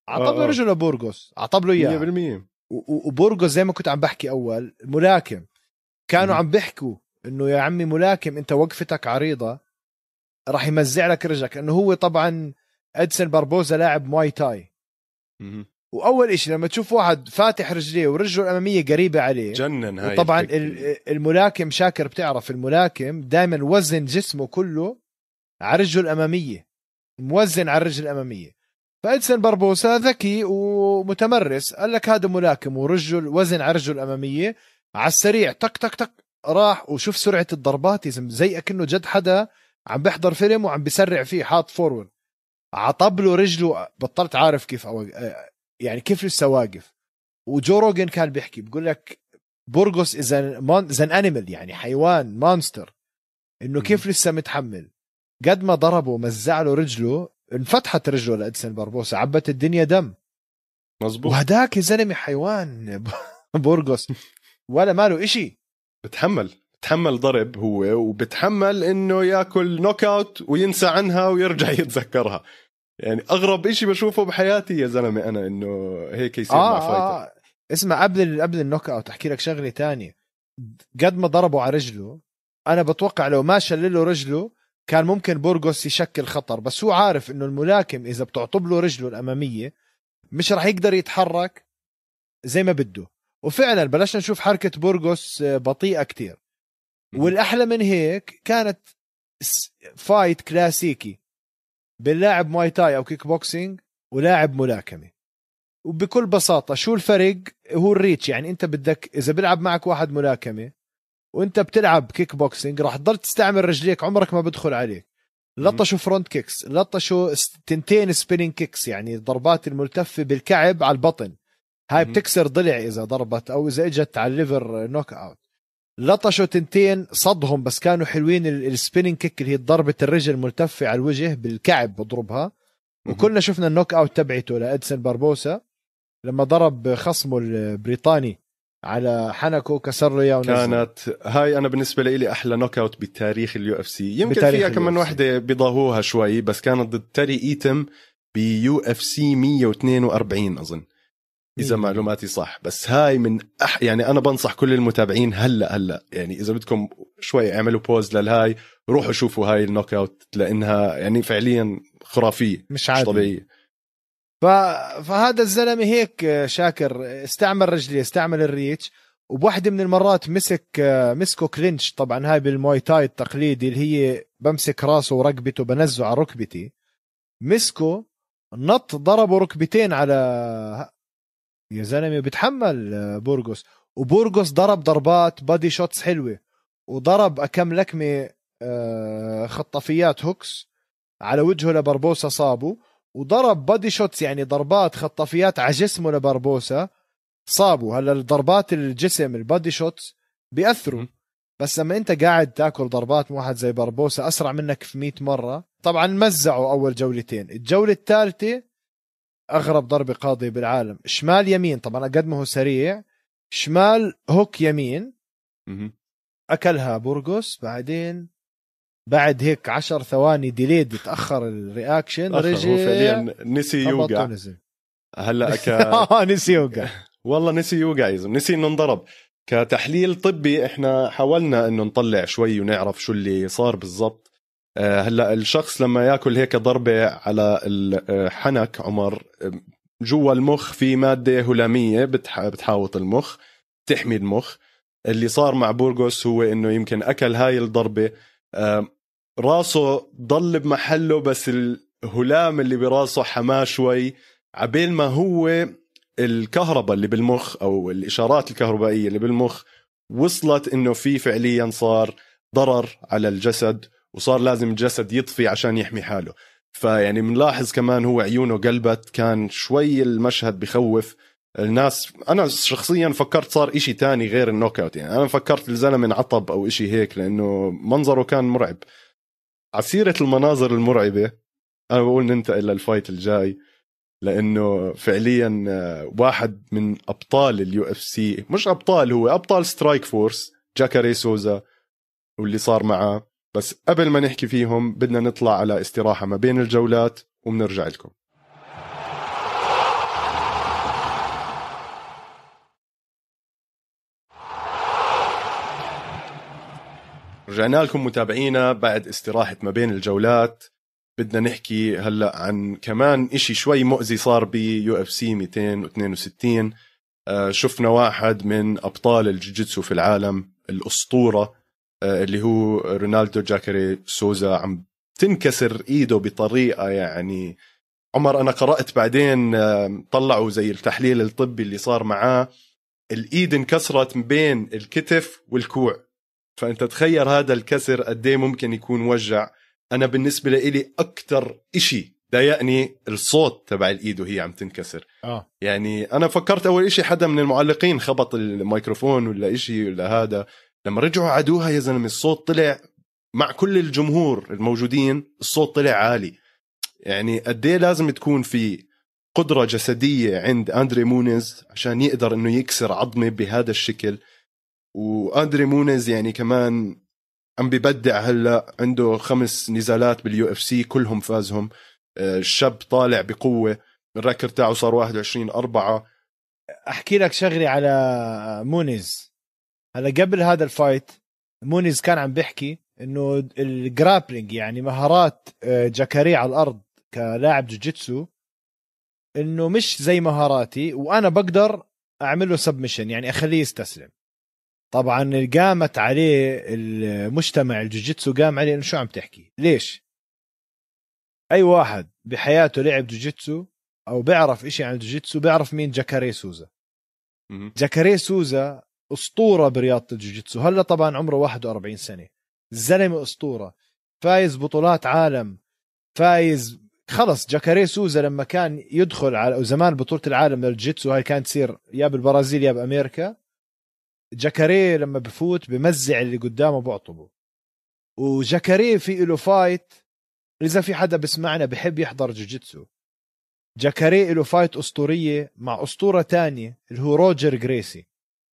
عطب له رجله بورغوس، عطب له اياه مية بالمية. وبورغوس زي ما كنت عم بحكي اول ملاكم كانوا م- عم بيحكوا انه يا عمي ملاكم انت وقفتك عريضه راح يمزع لك رجلك، انه هو طبعا ادسن باربوزا لاعب مواي تاي، م- واول إشي لما تشوف واحد فاتح رجليه ورجله الاماميه قريبه عليه جنن. هاي طبعا الفكرة. الملاكم شاكر بتعرف الملاكم دائما وزن جسمه كله على رجله الاماميه، موزن على الرجل الاماميه. فادسن باربوسا ذكي ومتمرس قال لك هذا ملاكم ورجل وزن على رجله الاماميه على السريع تك تك تك راح، وشوف سرعه الضربات زي اكنه جد حدا عم بيحضر فيلم وعم بيسرع فيه حاط فورورد، عطب له رجله بطلت عارف كيف أو يعني كيف لسه واقف. وجو روجن كان بيحكي بيقول لك بورغوس اذا ان انيمال يعني حيوان مونستر، انه كيف لسه متحمل. قد ما ضربه مزع له رجله انفتحت رجله لادسن باربوسا عبت الدنيا دم. مزبوط. وهداك يا زلمه حيوان بورغوس ولا ماله إشي. بتحمل بتحمل ضرب هو، وبتحمل انه ياكل نوك اوت وينسى عنها ويرجع يتذكرها. يعني اغرب اشي بشوفه بحياتي يا زلمه انا انه هيك يصير آه مع فايتر. آه اسمع قبل قبل النوك اوت احكي لك شغله تانية. قد ما ضربوا على رجله انا بتوقع لو ما شلله رجله كان ممكن بورغوس يشكل خطر، بس هو عارف انه الملاكم اذا بتعطب له رجله الاماميه مش راح يقدر يتحرك زي ما بده. وفعلا بلشنا نشوف حركه بورغوس بطيئه كتير. والاحلى من هيك كانت فايت كلاسيكي باللاعب مواي تاي او كيك بوكسينج ولاعب ملاكمه. وبكل بساطه شو الفرق؟ هو الريتش. يعني انت بدك اذا بيلعب معك واحد ملاكمه وانت بتلعب كيك بوكسينج راح تضل تستعمل رجليك عمرك ما بدخل عليك. لطشوا فرونت كيكس، لطشوا تنتين سبينينج كيكس يعني ضربات الملتفه بالكعب على البطن، هاي بتكسر ضلع اذا ضربت او اذا اجت على الليفر نوك اوت. لطشوا تنتين صدهم بس كانوا حلوين السبينينج كيك اللي هي ضربه الرجل الملتفه على الوجه بالكعب بضربها. وكلنا شفنا النوك اوت تبعته لادسن باربوسا لما ضرب خصمه البريطاني على حنكه كسر له اياه ونزل. كانت هاي انا بالنسبه لي احلى نوك اوت بتاريخ اليو اف سي. يمكن فيها كمان وحده بيضاهوها شوي، بس كانت ضد تيري ايتم بيو اف سي مية واثنين وأربعين اظن اذا مم. معلوماتي صح. بس هاي من أح يعني انا بنصح كل المتابعين هلا هلا يعني اذا بدكم شوي اعملوا بوز للهاي روحوا شوفوا هاي النوك اوت لانها يعني فعليا خرافيه مش, مش طبيعيه. ف... فهذا الزلمه هيك شاكر استعمل رجليه استعمل الريتش. وبواحدة من المرات مسك مسكو كلينش، طبعا هاي بالموي تاي التقليدي اللي هي بمسك راسه وركبته بنزه على ركبتي، مسكو نط ضربه ركبتين على يا زلمه بتحمل بورغوس. وبورغوس ضرب ضربات بادي شوتس حلوه وضرب أكم لكمه خطافيات هوكس على وجهه لبربوسا صابه، وضرب بادي شوتس يعني ضربات خطافيات على جسمه لبربوسا صابوا. هلا الضربات الجسم البادي شوتس بيأثروا، بس لما انت قاعد تاكل ضربات واحد زي بربوسا اسرع منك في مئة مرة طبعا مزعوا اول جولتين. الجولة الثالثة اغرب ضربة قاضية بالعالم، شمال يمين طبعا قد ما هو سريع شمال هوك يمين اكلها بورغوس. بعدين بعد هيك عشر ثواني ديليد تأخر الرياكشن رجع هو فعليا نسي يوقع. هلا ك... نسي يوقع والله نسي يوقع يزم نسي انه انضرب. كتحليل طبي احنا حاولنا انه نطلع شوي ونعرف شو اللي صار بالضبط. أه هلا الشخص لما ياكل هيك ضربة على الحنك عمر جوا المخ في مادة هلامية بتح... بتحاوط المخ تحمي المخ. اللي صار مع بورغوس هو انه يمكن اكل هاي الضربة أه راسه ضل بمحله بس الهلام اللي براسه حماه شوي عبين ما هو الكهرباء اللي بالمخ أو الإشارات الكهربائية اللي بالمخ وصلت إنه في فعليا صار ضرر على الجسد وصار لازم الجسد يطفي عشان يحمي حاله. فيعني منلاحظ كمان هو عيونه قلبت، كان شوي المشهد بخوف الناس. أنا شخصيا فكرت صار إشي تاني غير النوك أوت، يعني أنا فكرت الزلمة انعطب أو إشي هيك لأنه منظره كان مرعب. عسيرة المناظر المرعبة أنا بقول ننتقل إلى الفايت الجاي لأنه فعليا واحد من أبطال اليو اف سي، مش أبطال هو أبطال سترايك فورس جاكاري سوزا واللي صار معه. بس قبل ما نحكي فيهم بدنا نطلع على استراحة ما بين الجولات وبنرجع لكم. رجعنا لكم متابعينا بعد استراحة ما بين الجولات. بدنا نحكي هلأ عن كمان إشي شوي مؤذي صار بيو اف سي مئتين واثنين وستين. آه شفنا واحد من أبطال الجوجيتسو في العالم، الأسطورة آه اللي هو رونالدو جاكاري سوزا، عم تنكسر إيده بطريقة يعني عمر. أنا قرأت بعدين آه طلعوا زي التحليل الطبي اللي صار معاه، الإيد انكسرت بين الكتف والكوع. فأنت تخيل هذا الكسر قديه ممكن يكون وجع. أنا بالنسبة لي أكتر إشي ضايقني الصوت تبع الإيد وهي عم تنكسر. آه. يعني أنا فكرت أول إشي حدا من المعلقين خبط الميكروفون ولا إشي ولا هذا. لما رجعوا عادوها يا زلمة الصوت طلع مع كل الجمهور الموجودين، الصوت طلع عالي. يعني قديه لازم تكون في قدرة جسدية عند أندري مونيز عشان يقدر إنه يكسر عظمة بهذا الشكل. وأندري مونيز يعني كمان عم ببدع هلا، عنده خمس نزالات باليو اف سي كلهم فازهم. الشاب طالع بقوة، الريكورد تاعه صار واحد وعشرين أربعة. احكي لك شغلي على مونيز. هلا قبل هذا الفايت مونيز كان عم بيحكي انه الجرابلينج يعني مهارات جاكاري على الارض كلاعب جوجيتسو انه مش زي مهاراتي، وانا بقدر اعمل له سبمشن يعني اخليه يستسلم. طبعا قامت عليه المجتمع الجوجيتسو، قام عليه انه شو عم تحكي ليش؟ اي واحد بحياته لعب جوجيتسو او بيعرف اشي عن الجوجيتسو بيعرف مين جاكاري سوزا. جاكاري سوزا اسطورة برياضة الجوجيتسو. هلا طبعا عمره واحد وأربعين سنة، الزلمة اسطورة، فايز بطولات عالم، فايز خلص. جاكاري سوزا لما كان يدخل على زمان بطولة العالم للجوجيتسو، هاي كانت تصير يا بالبرازيل يا بأمريكا، جاكاري لما بفوت بمزع اللي قدامه بعطبه. وجاكاري في له فايت، إذا في حدا بسمعنا بحب يحضر جوجيتسو، جاكاري له فايت أسطورية مع أسطورة تانية اللي هو روجر غريسي.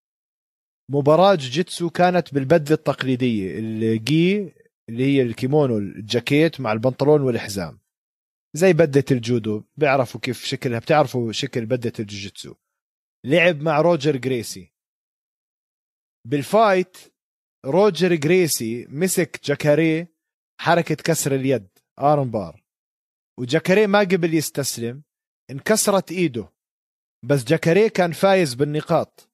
مباراة جوجيتسو كانت بالبدلة التقليدية، الجي اللي هي الكيمونو الجاكيت مع البنطلون والحزام زي بدلة الجودو، بيعرفوا كيف شكلها، بتعرفوا شكل بدلة الجوجيتسو. لعب مع روجر غريسي بالفايت. روجر غريسي مسك جاكاري حركة كسر اليد آرم بار، وجاكاري ما قبل يستسلم، انكسرت ايده، بس جاكاري كان فايز بالنقاط.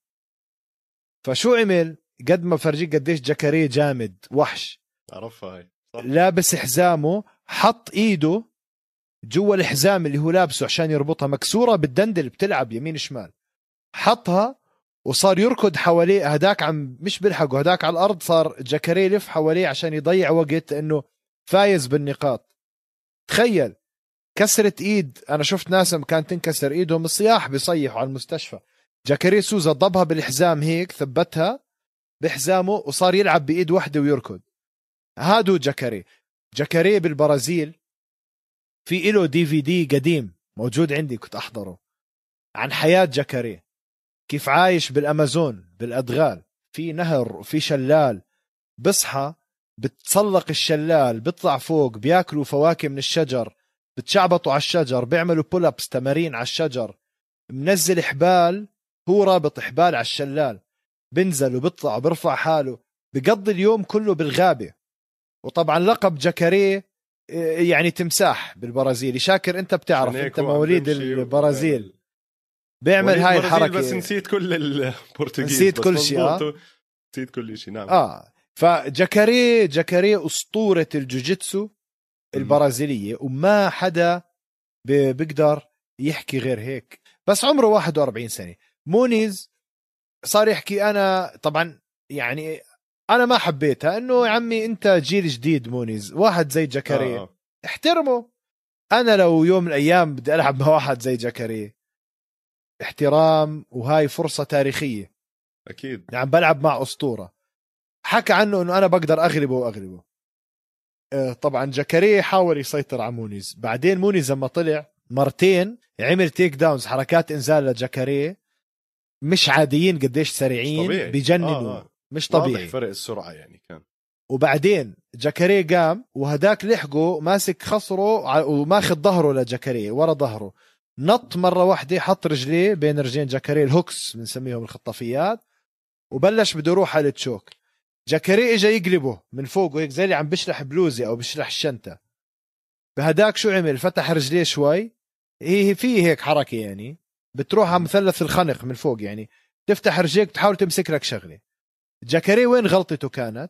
فشو عمل؟ قد ما فرجيك قديش جاكاري جامد وحش، عرفها هاي لابس حزامه، حط ايده جوا الحزام اللي هو لابسه عشان يربطها، مكسورة بالدندل بتلعب يمين شمال، حطها وصار يركض حواليه. هداك عم مش بيلحقه، هداك على الأرض، صار جاكاري يلف حواليه عشان يضيع وقت لأنه فايز بالنقاط. تخيل كسرت إيد. أنا شفت ناس كانت تنكسر إيدهم الصياح بيصيحوا على المستشفى. جاكاري سوزا ضبها بالحزام هيك، ثبتها بحزامه وصار يلعب بإيد واحدة ويركض. هادو جاكاري. جاكاري بالبرازيل في إله دي في دي قديم موجود عندي كنت أحضره عن حياة جاكاري، كيف عايش بالأمازون بالأدغال، في نهر وفي شلال، بصحى بتسلق الشلال، بيطلع فوق، بياكلوا فواكه من الشجر، بتشعبطوا على الشجر، بيعملوا بول ابس تمارين على الشجر، منزل حبال، هو رابط حبال على الشلال، بنزل وبيطلع وبرفع حاله، بقضي اليوم كله بالغابة. وطبعا لقب جاكاري يعني تمساح بالبرازيلي. شاكر انت بتعرف، انت مواليد البرازيل، بيعمل هاي الحركة. بس نسيت كل البرتغيز، نسيت كل شيء. آه. نسيت كل شيء. نعم. اه فجاكاري جاكاري أسطورة الجوجيتسو البرازيلية، وما حدا بيقدر يحكي غير هيك. بس عمره واحد وأربعين سنة. مونيز صار يحكي أنا طبعا يعني أنا ما حبيتها، إنه يا عمي أنت جيل جديد، مونيز واحد زي جاكاري آه. احترمه. أنا لو يوم من الأيام بدي ألعب مع واحد زي جاكاري، احترام، وهاي فرصة تاريخية أكيد. يعني بلعب مع أسطورة. حكى عنه إنه أنا بقدر أغلبه وأغلبه. اه طبعا جاكاري حاول يسيطر على مونيز. بعدين مونيز لما طلع مرتين عمل تيك داونز، حركات إنزال لجاكاري مش عاديين، قديش سريعين، بيجننوا. آه آه. مش طبيعي، واضح فرق السرعة يعني كان. وبعدين جاكاري قام وهداك لحقه ماسك خصره وماخذ ظهره لجاكاري ورا ظهره، نط مرة واحدة، حط رجليه بين رجلين جاكاري، الهوكس بنسميهم الخطافيات، وبلش بده يروح على التشوك. جاكاري اجى يقلبه من فوق وهيك زي اللي عم بشرح بلوزي او بشرح الشنطه. بهداك شو عمل؟ فتح رجليه شوي، هي في هيك حركه يعني بتروح على مثلث الخنق من فوق، يعني تفتح رجليك بتحاول تمسك لك شغله. جاكاري وين غلطته كانت؟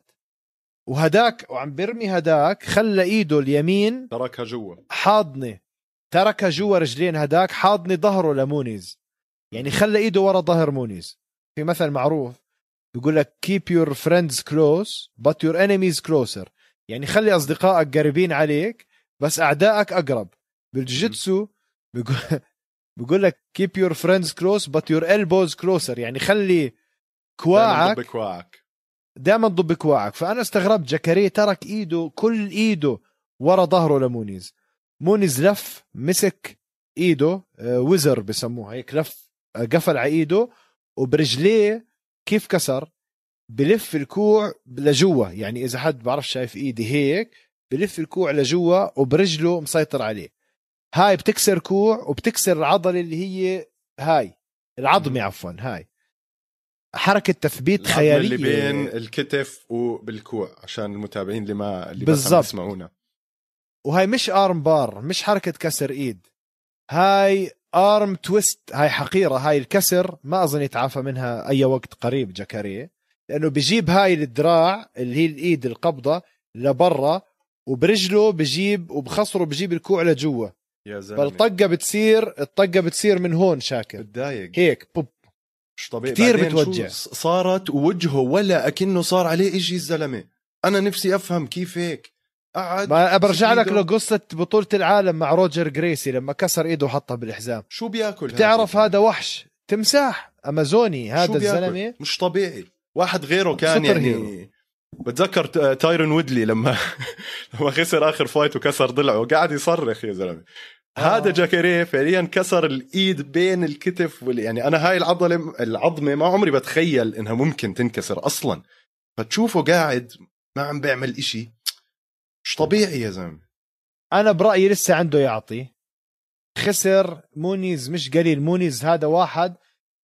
وهداك وعم برمي هداك خلى ايده اليمين تركها جوا، حاضنه، تركها جوا رجلين هداك، حاضنه ظهره لمونيز، يعني خلى ايده ورا ظهر مونيز. في مثل معروف بيقول لك keep your friends close but your enemies closer، يعني خلي اصدقائك قريبين عليك بس اعدائك اقرب. بالجوجيتسو بيقول بيقول لك keep your friends close but your elbows closer، يعني خلي كواعك كواعك دائما ضب كواعك. فانا استغربت جاكاري ترك ايده كل ايده ورا ظهره لمونيز. مونيز لف مسك ايده ويزر بسموها هيك، لف قفل على ايده وبرجليه كيف كسر بلف الكوع لجوا، يعني اذا حد بعرف شايف ايدي هيك بلف الكوع لجوا وبرجله مسيطر عليه. هاي بتكسر كوع وبتكسر العضله اللي هي هاي العظمه عفوا، هاي حركه تثبيت خياليه اللي بين الكتف وبالكوع عشان المتابعين اللي ما اللي بس عم يسمعونا. وهاي مش ارم بار، مش حركه كسر ايد، هاي ارم تويست، هاي حقيره. هاي الكسر ما اظن يتعافى منها اي وقت قريب جاكاري، لانه بيجيب هاي الدراع اللي هي الايد القبضه لبرا وبرجله بجيب وبخصره بجيب الكوع لجوا. يا زلمه فالطقه بتصير الطقه بتصير من هون شاكر بتضايق هيك بوب مش طبيعي. كثير بتوجع. صارت وجهه ولا اكنه صار عليه إشي الزلمه. انا نفسي افهم كيف هيك قعد. ما برجع لك لقصه بطوله العالم مع روجر جريسي لما كسر ايده وحطها بالحزام. شو بياكل؟ بتعرف هذا وحش تمساح امازوني هذا الزلمه مش طبيعي. واحد غيره كان يعني هيرو. بتذكر تايرون وودلي لما لما خسر اخر فايت وكسر ضلعه قاعد يصرخ يا زلمه. آه. هذا جاكاري فعليا كسر الايد بين الكتف وال... يعني انا هاي العضله العظمه ما عمري بتخيل انها ممكن تنكسر اصلا. فتشوفه قاعد ما عم بيعمل إشي مش طبيعي يا زلمه. انا برايي لسه عنده يعطي. خسر مونيز مش قليل. مونيز هذا واحد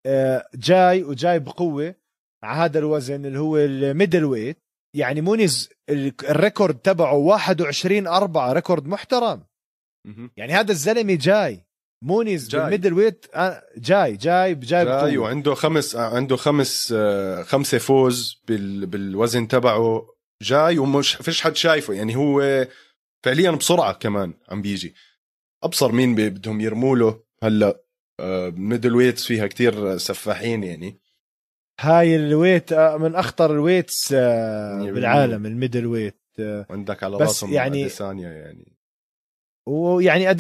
جاي وجاي بقوه مع هذا الوزن اللي هو الميدل ويت. يعني مونيز الريكورد تبعه واحد وعشرين أربعة، ريكورد محترم. يعني هذا الزلمه جاي مونيز جاي. بالميدل ويت جاي جاي جاي, جاي وعنده خمس عنده خمس خمسه فوز بال بالوزن تبعه جاي ومش فيش حد شايفه. يعني هو فعليا بسرعه كمان عم بيجي. ابصر مين بدهم يرموله هلا ميدل ويتس فيها كتير سفاحين. يعني هاي الويت من اخطر الويتس بالعالم الميدل ويت. عندك على راسهم يعني أديسانيا يعني ويعني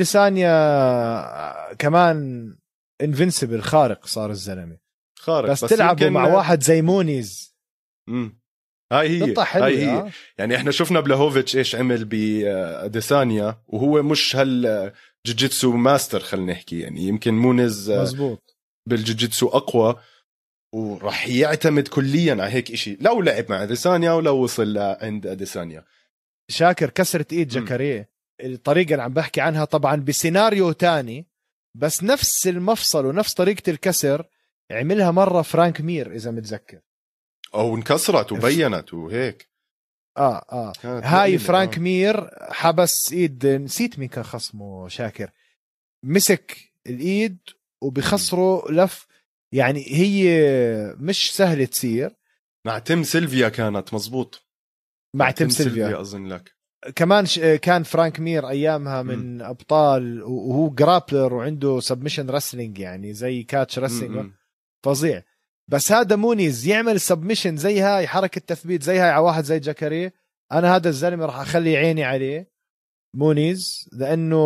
أديسانيا كمان انفنسبل خارق صار الزلمه خارق. بس, بس تلعبوا مع واحد زي مونيز. امم هاي هي هاي هي آه. يعني احنا شفنا بلاهوفيتش ايش عمل بأديسانيا وهو مش هال جوجيتسو ماستر خلينا نحكي. يعني يمكن مونيز مزبوط بالجوجيتسو اقوى وراح يعتمد كليا على هيك إشي لو لعب مع أديسانيا ولو وصل عند أديسانيا. شاكر كسرت ايد جاكاري الطريقه اللي عم بحكي عنها طبعا بسيناريو تاني بس نفس المفصل ونفس طريقه الكسر عملها مره فرانك مير اذا متذكر او انكسرت وبينت وهيك. اه اه هاي فرانك آه. مير حبس ايد نسيت مين كان خصمه شاكر مسك الايد وبخسره لف. يعني هي مش سهله تصير. مع تيم سيلفيا كانت مزبوط مع, مع تيم سيلفيا. سيلفيا اظن لك كمان كان فرانك مير ايامها من م. ابطال وهو جرابلر وعنده سبمشن رسلينج يعني زي كاتش رسلينج فظيع. بس هذا مونيز يعمل سبمشن زي هاي حركه تثبيت زي هاي على واحد زي جاكاري. انا هذا الزلمه راح اخلي عيني عليه مونيز لانه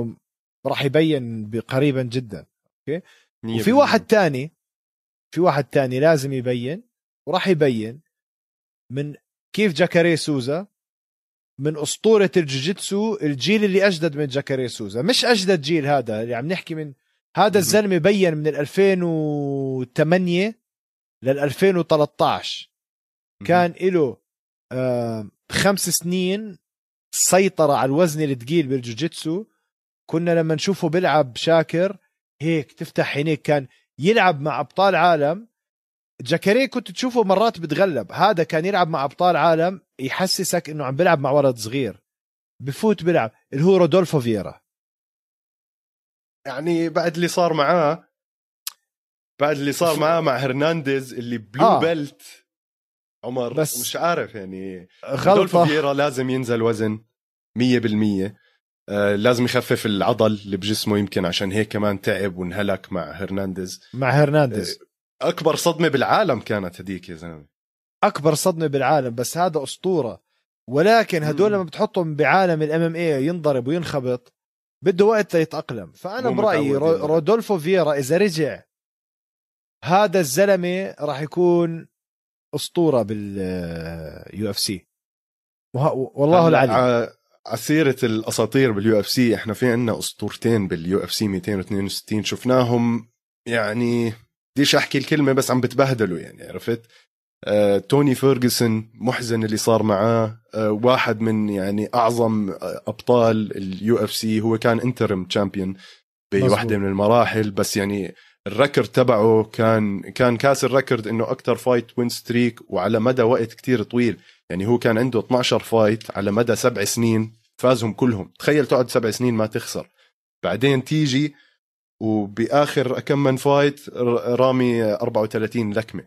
راح يبين قريبا جدا. اوكي وفي واحد تاني في واحد تاني لازم يبين وراح يبين من كيف جاكاري سوزا من أسطورة الجوجيتسو الجيل اللي أجدد من جاكاري سوزا. مش أجدد جيل هذا اللي عم نحكي من هذا الزلمة بين من ألفين وثمانية لل ألفين وثلاثة عشر كان له آه خمس سنين سيطرة على الوزن الثقيل بالجوجيتسو. كنا لما نشوفه بيلعب شاكر هيك تفتح عينيك. كان يلعب مع أبطال عالم جاكاري كنت تشوفه مرات بتغلب، هذا كان يلعب مع ابطال عالم يحسسك انه عم بيلعب مع ولد صغير، بفوت بيلعب اللي هو رودولفو فييرا. يعني بعد اللي صار معاه بعد اللي صار معاه مع هرنانديز اللي بلو آه. بيلت عمر، بس مش عارف يعني غلطة. فييرا لازم ينزل وزن مية بالمية. آه لازم يخفف العضل اللي بجسمه، يمكن عشان هيك كمان تعب وانهلك مع هرنانديز. مع هرنانديز آه أكبر صدمة بالعالم كانت هديك يا زلمة، أكبر صدمة بالعالم، بس هذا أسطورة. ولكن هدول لما بتحطهم بعالم الام ام اي ينضرب وينخبط بده وقت ليتأقلم. فأنا برأيي رو رودولفو فييرا إذا رجع هذا الزلمة راح يكون أسطورة باليو اف سي والله العلي. عسيرة الأساطير باليو اف سي، احنا في عنا أسطورتين باليو اف سي مئتين واثنين وستين شفناهم، يعني ديش أحكي الكلمة بس عم بتبهدلوا يعني، عرفت؟ آه، توني فيرغسون محزن اللي صار معاه. آه، واحد من يعني أعظم أبطال اليو اف سي، هو كان انترم تشامبيون بواحدة من المراحل، بس يعني الركورد تبعه كان كان كاس الركورد انه اكتر فايت وين ستريك وعلى مدى وقت كتير طويل. يعني هو كان عنده اثنا عشر فايت على مدى سبع سنين فازهم كلهم. تخيل تقعد سبع سنين ما تخسر، بعدين تيجي وبآخر كم من فايت رامي أربعة وثلاثين لكمة.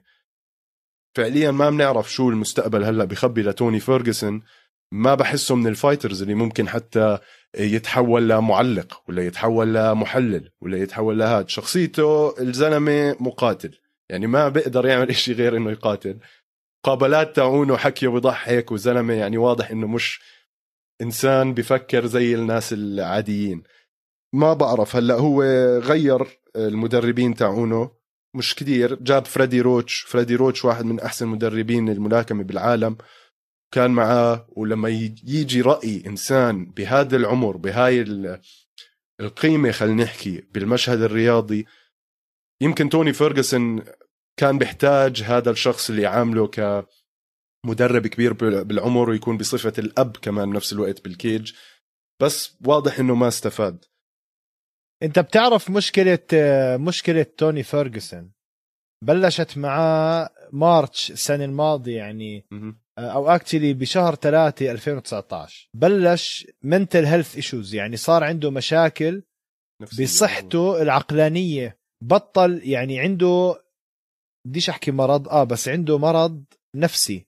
فعليا ما بنعرف شو المستقبل هلأ بخبي لتوني فيرغسون. ما بحسه من الفايترز اللي ممكن حتى يتحول لمعلق ولا يتحول لمحلل ولا يتحول لهاد. شخصيته الزلمة مقاتل، يعني ما بيقدر يعمل إشي غير إنه يقاتل. قابلات تاعونه حكي وضحك، وزلمة يعني واضح إنه مش إنسان بفكر زي الناس العاديين. ما بعرف هلأ هو غير المدربين تاعونه مش كتير، جاب فريدي روتش. فريدي روتش واحد من أحسن مدربين الملاكمة بالعالم كان معاه. ولما يجي رأي إنسان بهذا العمر بهاي القيمة خلينا نحكي بالمشهد الرياضي، يمكن توني فيرغسون كان بيحتاج هذا الشخص اللي عامله كمدرب كبير بالعمر ويكون بصفة الأب كمان نفس الوقت بالكيج، بس واضح إنه ما استفاد. انت بتعرف مشكلة مشكلة توني فيرغسون بلشت معاه مارتش السنة الماضية، يعني او اكتلي بشهر ثلاثة ألفين وتسعة عشر بلش منتل هيلث ايشوز، يعني صار عنده مشاكل بصحته العقلانية. بطل يعني عنده، بديش احكي مرض اه بس عنده مرض نفسي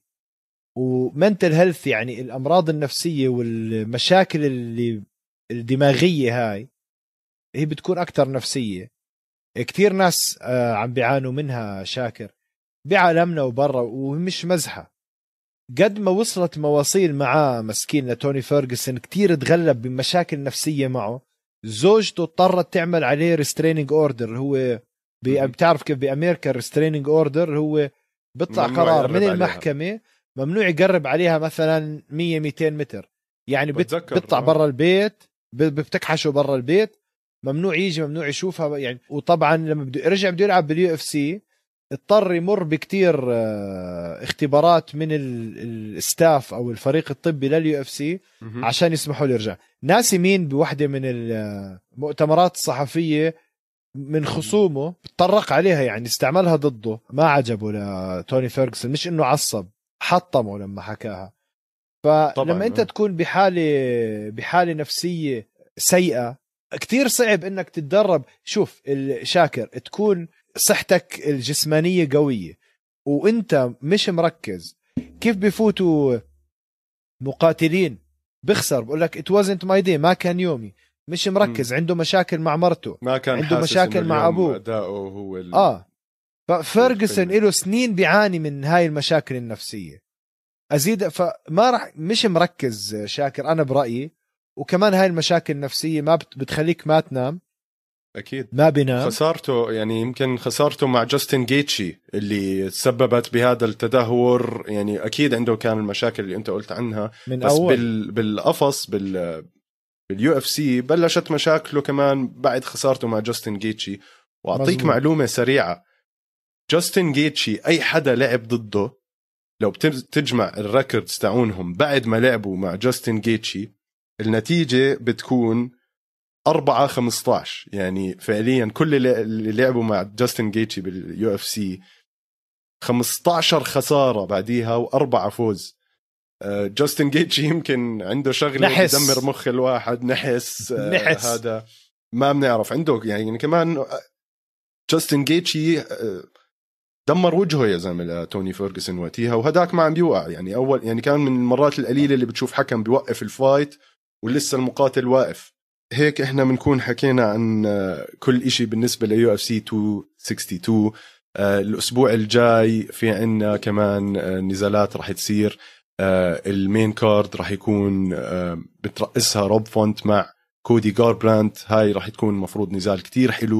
ومنتل هيلث، يعني الامراض النفسية والمشاكل اللي الدماغية هاي هي بتكون اكتر نفسية. كتير ناس آه عم بيعانوا منها شاكر بعالمنا وبرا، ومش مزحة. قد ما وصلت مواصيل معاه مسكين لتوني فيرغسون كتير تغلب بمشاكل نفسية معه. زوجته اضطرت تعمل عليه ريسترينينج اوردر. هو بتعرف كيف بأمريكا ريسترينينج اوردر هو بيطلع قرار من المحكمة عليها. ممنوع يقرب عليها مثلا مية ميتين متر، يعني بيطلع برا البيت، بتكحشه برا البيت، ممنوع يجي، ممنوع يشوفها يعني. وطبعا لما بده يرجع بده يلعب باليو اف سي اضطر يمر بكتير اختبارات من الستاف او الفريق الطبي لليو اف سي عشان يسمحوا له يرجع. ناسي مين بوحدة من المؤتمرات الصحفية من خصومه تطرق عليها، يعني استعملها ضده، ما عجبه لتوني فيرغسون، مش انه عصب، حطمه لما حكاها. فلما انت تكون بحالة بحالة نفسية سيئة كتير صعب انك تتدرب. شوف الشاكر، تكون صحتك الجسمانية قوية وانت مش مركز، كيف بفوتوا مقاتلين بخسر بقول لك it wasn't my day، ما كان يومي، مش مركز، م. عنده مشاكل مع مرته، ما كان عنده مشاكل مع ابوه، اداؤه هو ال... اه ففيرغسون له سنين بيعاني من هاي المشاكل النفسية ازيد، فما راح مش مركز شاكر انا برأيي. وكمان هاي المشاكل النفسية ما بتخليك ما تنام، أكيد ما بينام. خسارته يعني يمكن خسارته مع جاستن جيتشي اللي تسببت بهذا التدهور، يعني أكيد عنده كان المشاكل اللي أنت قلت عنها، من بس أول. بال بالقفص بال باليو اف سي بلشت مشاكله كمان بعد خسارته مع جاستن جيتشي. وأعطيك مزبوط. معلومة سريعة، جاستن جيتشي أي حدا لعب ضده لو بتجمع الريكوردز تاعونهم بعد ما لعبوا مع جاستن جيتشي النتيجة بتكون أربعة خمسة عشر. يعني فعليا كل اللي لعبوا مع جاستن جيتشي باليو اف سي خمستاشر خسارة بعديها وأربعة فوز. جاستن جيتشي يمكن عنده شغلة نحس. تدمر مخ الواحد، نحس, نحس. هذا ما بنعرف عنده يعني. كمان جاستن جيتشي دمر وجهه يا زلمه توني فيرغسون وقتها، وهداك ما عم بيوقع يعني. اول يعني كان من المرات القليله اللي بتشوف حكم بيوقف الفايت ولسه المقاتل واقف. هيك احنا بنكون حكينا عن كل إشي بالنسبه ليو اف سي مئتين وستة وستين. الاسبوع الجاي في عنا كمان نزالات راح تصير. المين كارد راح يكون بترأسها روب فونت مع كودي جاربراند. هاي راح تكون مفروض نزال كتير حلو.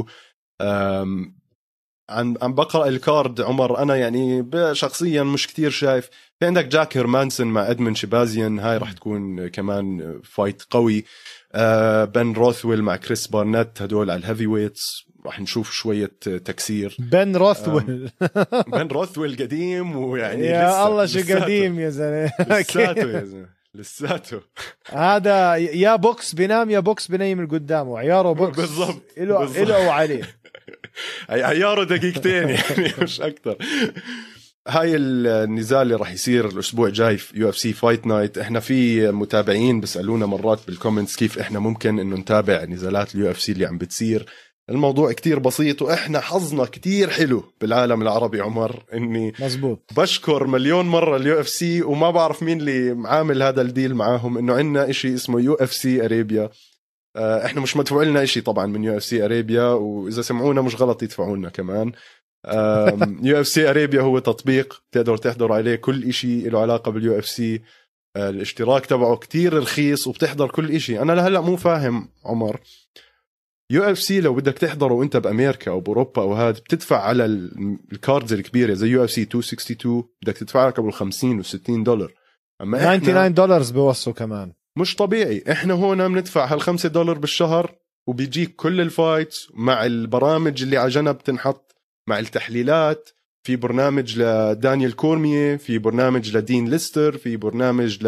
عن عم بقرأ الكارد عمر، أنا يعني شخصيا مش كتير شايف. في عندك جاك هيرمانسون مع إدمن شبازيان، هاي راح تكون كمان فايت قوي. آه بن روثويل مع كريس بارنت، هدول على الهيفي ويتس راح نشوف شوية تكسير. بن روثويل بن روثويل قديم ويعني يا لسه الله شو قديم يا زلمة، لساته يا زلمة لساته. هذا يا بوكس بينام يا بوكس بينيم القدام، عياره بوكس بالضبط إله إله وعليه عياره دقيقتين يعني مش أكتر. هاي النزال اللي راح يصير الأسبوع جاي في يو اف سي فايت نايت. احنا في متابعين بيسألونا مرات بالكومنتس كيف احنا ممكن انه نتابع نزالات اليو اف سي اللي عم بتصير. الموضوع كتير بسيط، واحنا حظنا كتير حلو بالعالم العربي عمر، اني مزبوط بشكر مليون مرة اليو اف سي، وما بعرف مين اللي عامل هذا الديل معاهم، انه عندنا اشي اسمه يو اف سي اريبيا. احنا مش مدفوع لنا اشي طبعا من يو اف سي اريبيا، واذا سمعونا مش غلط يدفعوا لنا كمان. يو اف سي اريبيا هو تطبيق تقدر تحضر عليه كل اشي له علاقة باليو اف سي. الاشتراك تبعه كتير رخيص وبتحضر كل اشي. انا لهلا مو فاهم عمر، يو اف سي لو بدك تحضره وانت بامريكا او باوروبا او هذا بتدفع على الكاردز الكبيره زي يو اف سي مئتين وستة وستين، بدك تدفع لك قبل خمسين و60 دولار. اما تسعة وتسعين دولار بيوصوا كمان، مش طبيعي. احنا هون بندفع هالخمسة دولار بالشهر وبيجيك كل الفايتس مع البرامج اللي على جنب تنحط مع التحليلات. في برنامج لدانيال كورميه، في برنامج لدين ليستر، في برنامج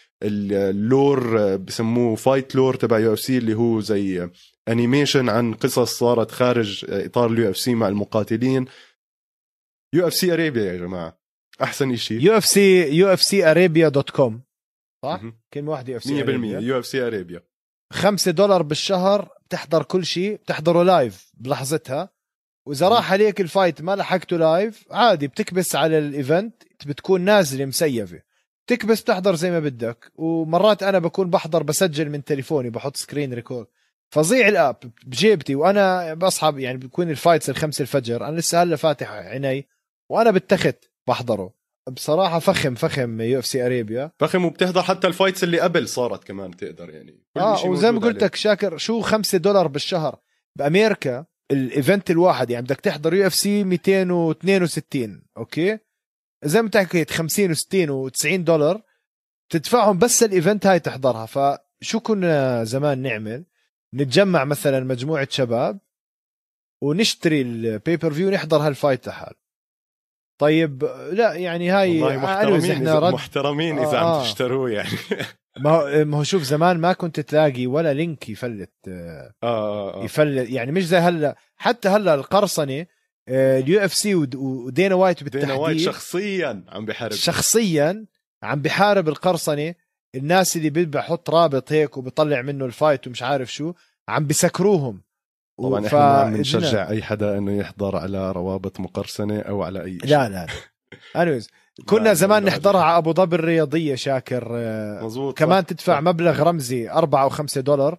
للور بسموه فايت لور تبع يو اف سي اللي هو زي انيميشن عن قصص صارت خارج اطار اليو اف سي مع المقاتلين. يو اف سي اريبيا يا جماعه احسن شيء. يو اف سي يو اف سي اريبيا دوت كوم صح؟ كلمه واحده يو اف سي مية بالمية يو اف سي اريبيا. خمسة دولار بالشهر بتحضر كل شيء، بتحضره لايف بلحظتها. واذا راح عليك الفايت ما لحقته لايف عادي بتكبس على الايفنت، بتكون نازله مسيفه، تكبس بتحضر زي ما بدك. ومرات انا بكون بحضر بسجل من تليفوني، بحط سكرين ريكورد، فظيع الاب بجيبتي وانا بصحى. يعني بكون الفايتس الخمسة الفجر، انا لسه هلا فاتح عيني وانا بالتخت بحضره. بصراحه فخم فخم يو اف سي اريبيا فخم، وبتحضر حتى الفايتس اللي قبل صارت كمان تقدر يعني كل اه. وزي ما قلت لك شاكر، شو خمسة دولار بالشهر بامريكا الايفنت الواحد؟ يعني بدك تحضر يو اف سي مئتين واثنين وستين اوكي، زي ما تحكيت خمسين وستين وتسعين دولار تدفعهم بس الايفنت هاي تحضرها. فشو كنا زمان نعمل؟ نتجمع مثلا مجموعة شباب ونشتري البيبر فيو نحضر هالفايت لحال. طيب لا يعني هاي محترمين إحنا رد... محترمين إذا آه عم تشتروه يعني ما هو ما هو شوف زمان ما كنت تلاقي ولا لينك يفلت آه آه آه. يفلت يعني مش زي هلا. حتى هلا القرصنة اليو اف سي ودينا وايت بالتحديد، دينا وايت شخصيا عم بحارب شخصيا عم بحارب القرصنة. الناس اللي بحط رابط هيك وبطلع منه الفايت ومش عارف شو عم بسكروهم. طبعا احنا ما عم نشجع اي حدا انه يحضر على روابط مقرصنة او على اي شيء. لا لا انوز كنا لا زمان لا نحضرها على ابو ظبي الرياضية شاكر. مزبوط كمان صح. تدفع صح. مبلغ رمزي أربعة أو خمسة دولار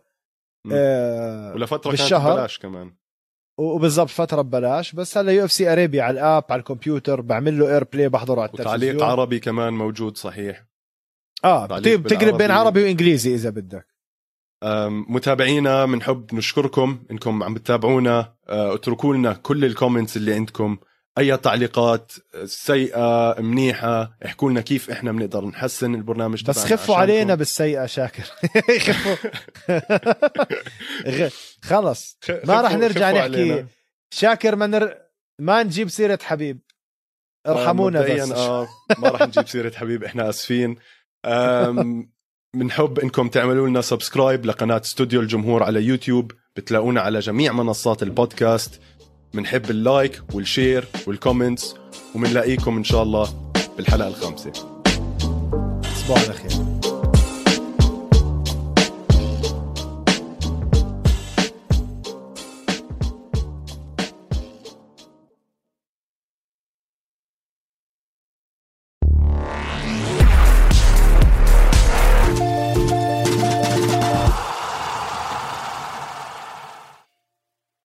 آه ولفترة بالشهر كانت ببلاش كمان. وبالضبط فترة ببلاش. بس هلا يو اف سي اريبيا على الاب على الكمبيوتر بعمل له اير بلاي بحضره على التلفزيون. وتعليق عربي كمان موجود صحيح. اه بتقلب بين عربي وانجليزي اذا بدك. متابعينا بنحب نشكركم انكم عم بتتابعونا. اتركوا لنا كل الكومنتس اللي عندكم، اي تعليقات سيئة منيحة، احكوا لنا كيف احنا بنقدر نحسن البرنامج. بس خفوا علينا بالسيئة شاكر خلص ما راح نرجع نحكي علينا. شاكر ما نر... ما نجيب سيرة حبيب، ارحمونا آه بس آه ما راح نجيب سيرة حبيب، احنا اسفين. بنحب انكم تعملوا لنا سبسكرايب لقناة استوديو الجمهور على يوتيوب، بتلاقونا على جميع منصات البودكاست. منحب اللايك والشير والكومنتس، ومنلاقيكم إن شاء الله بالحلقة الخامسة. صباح الخير.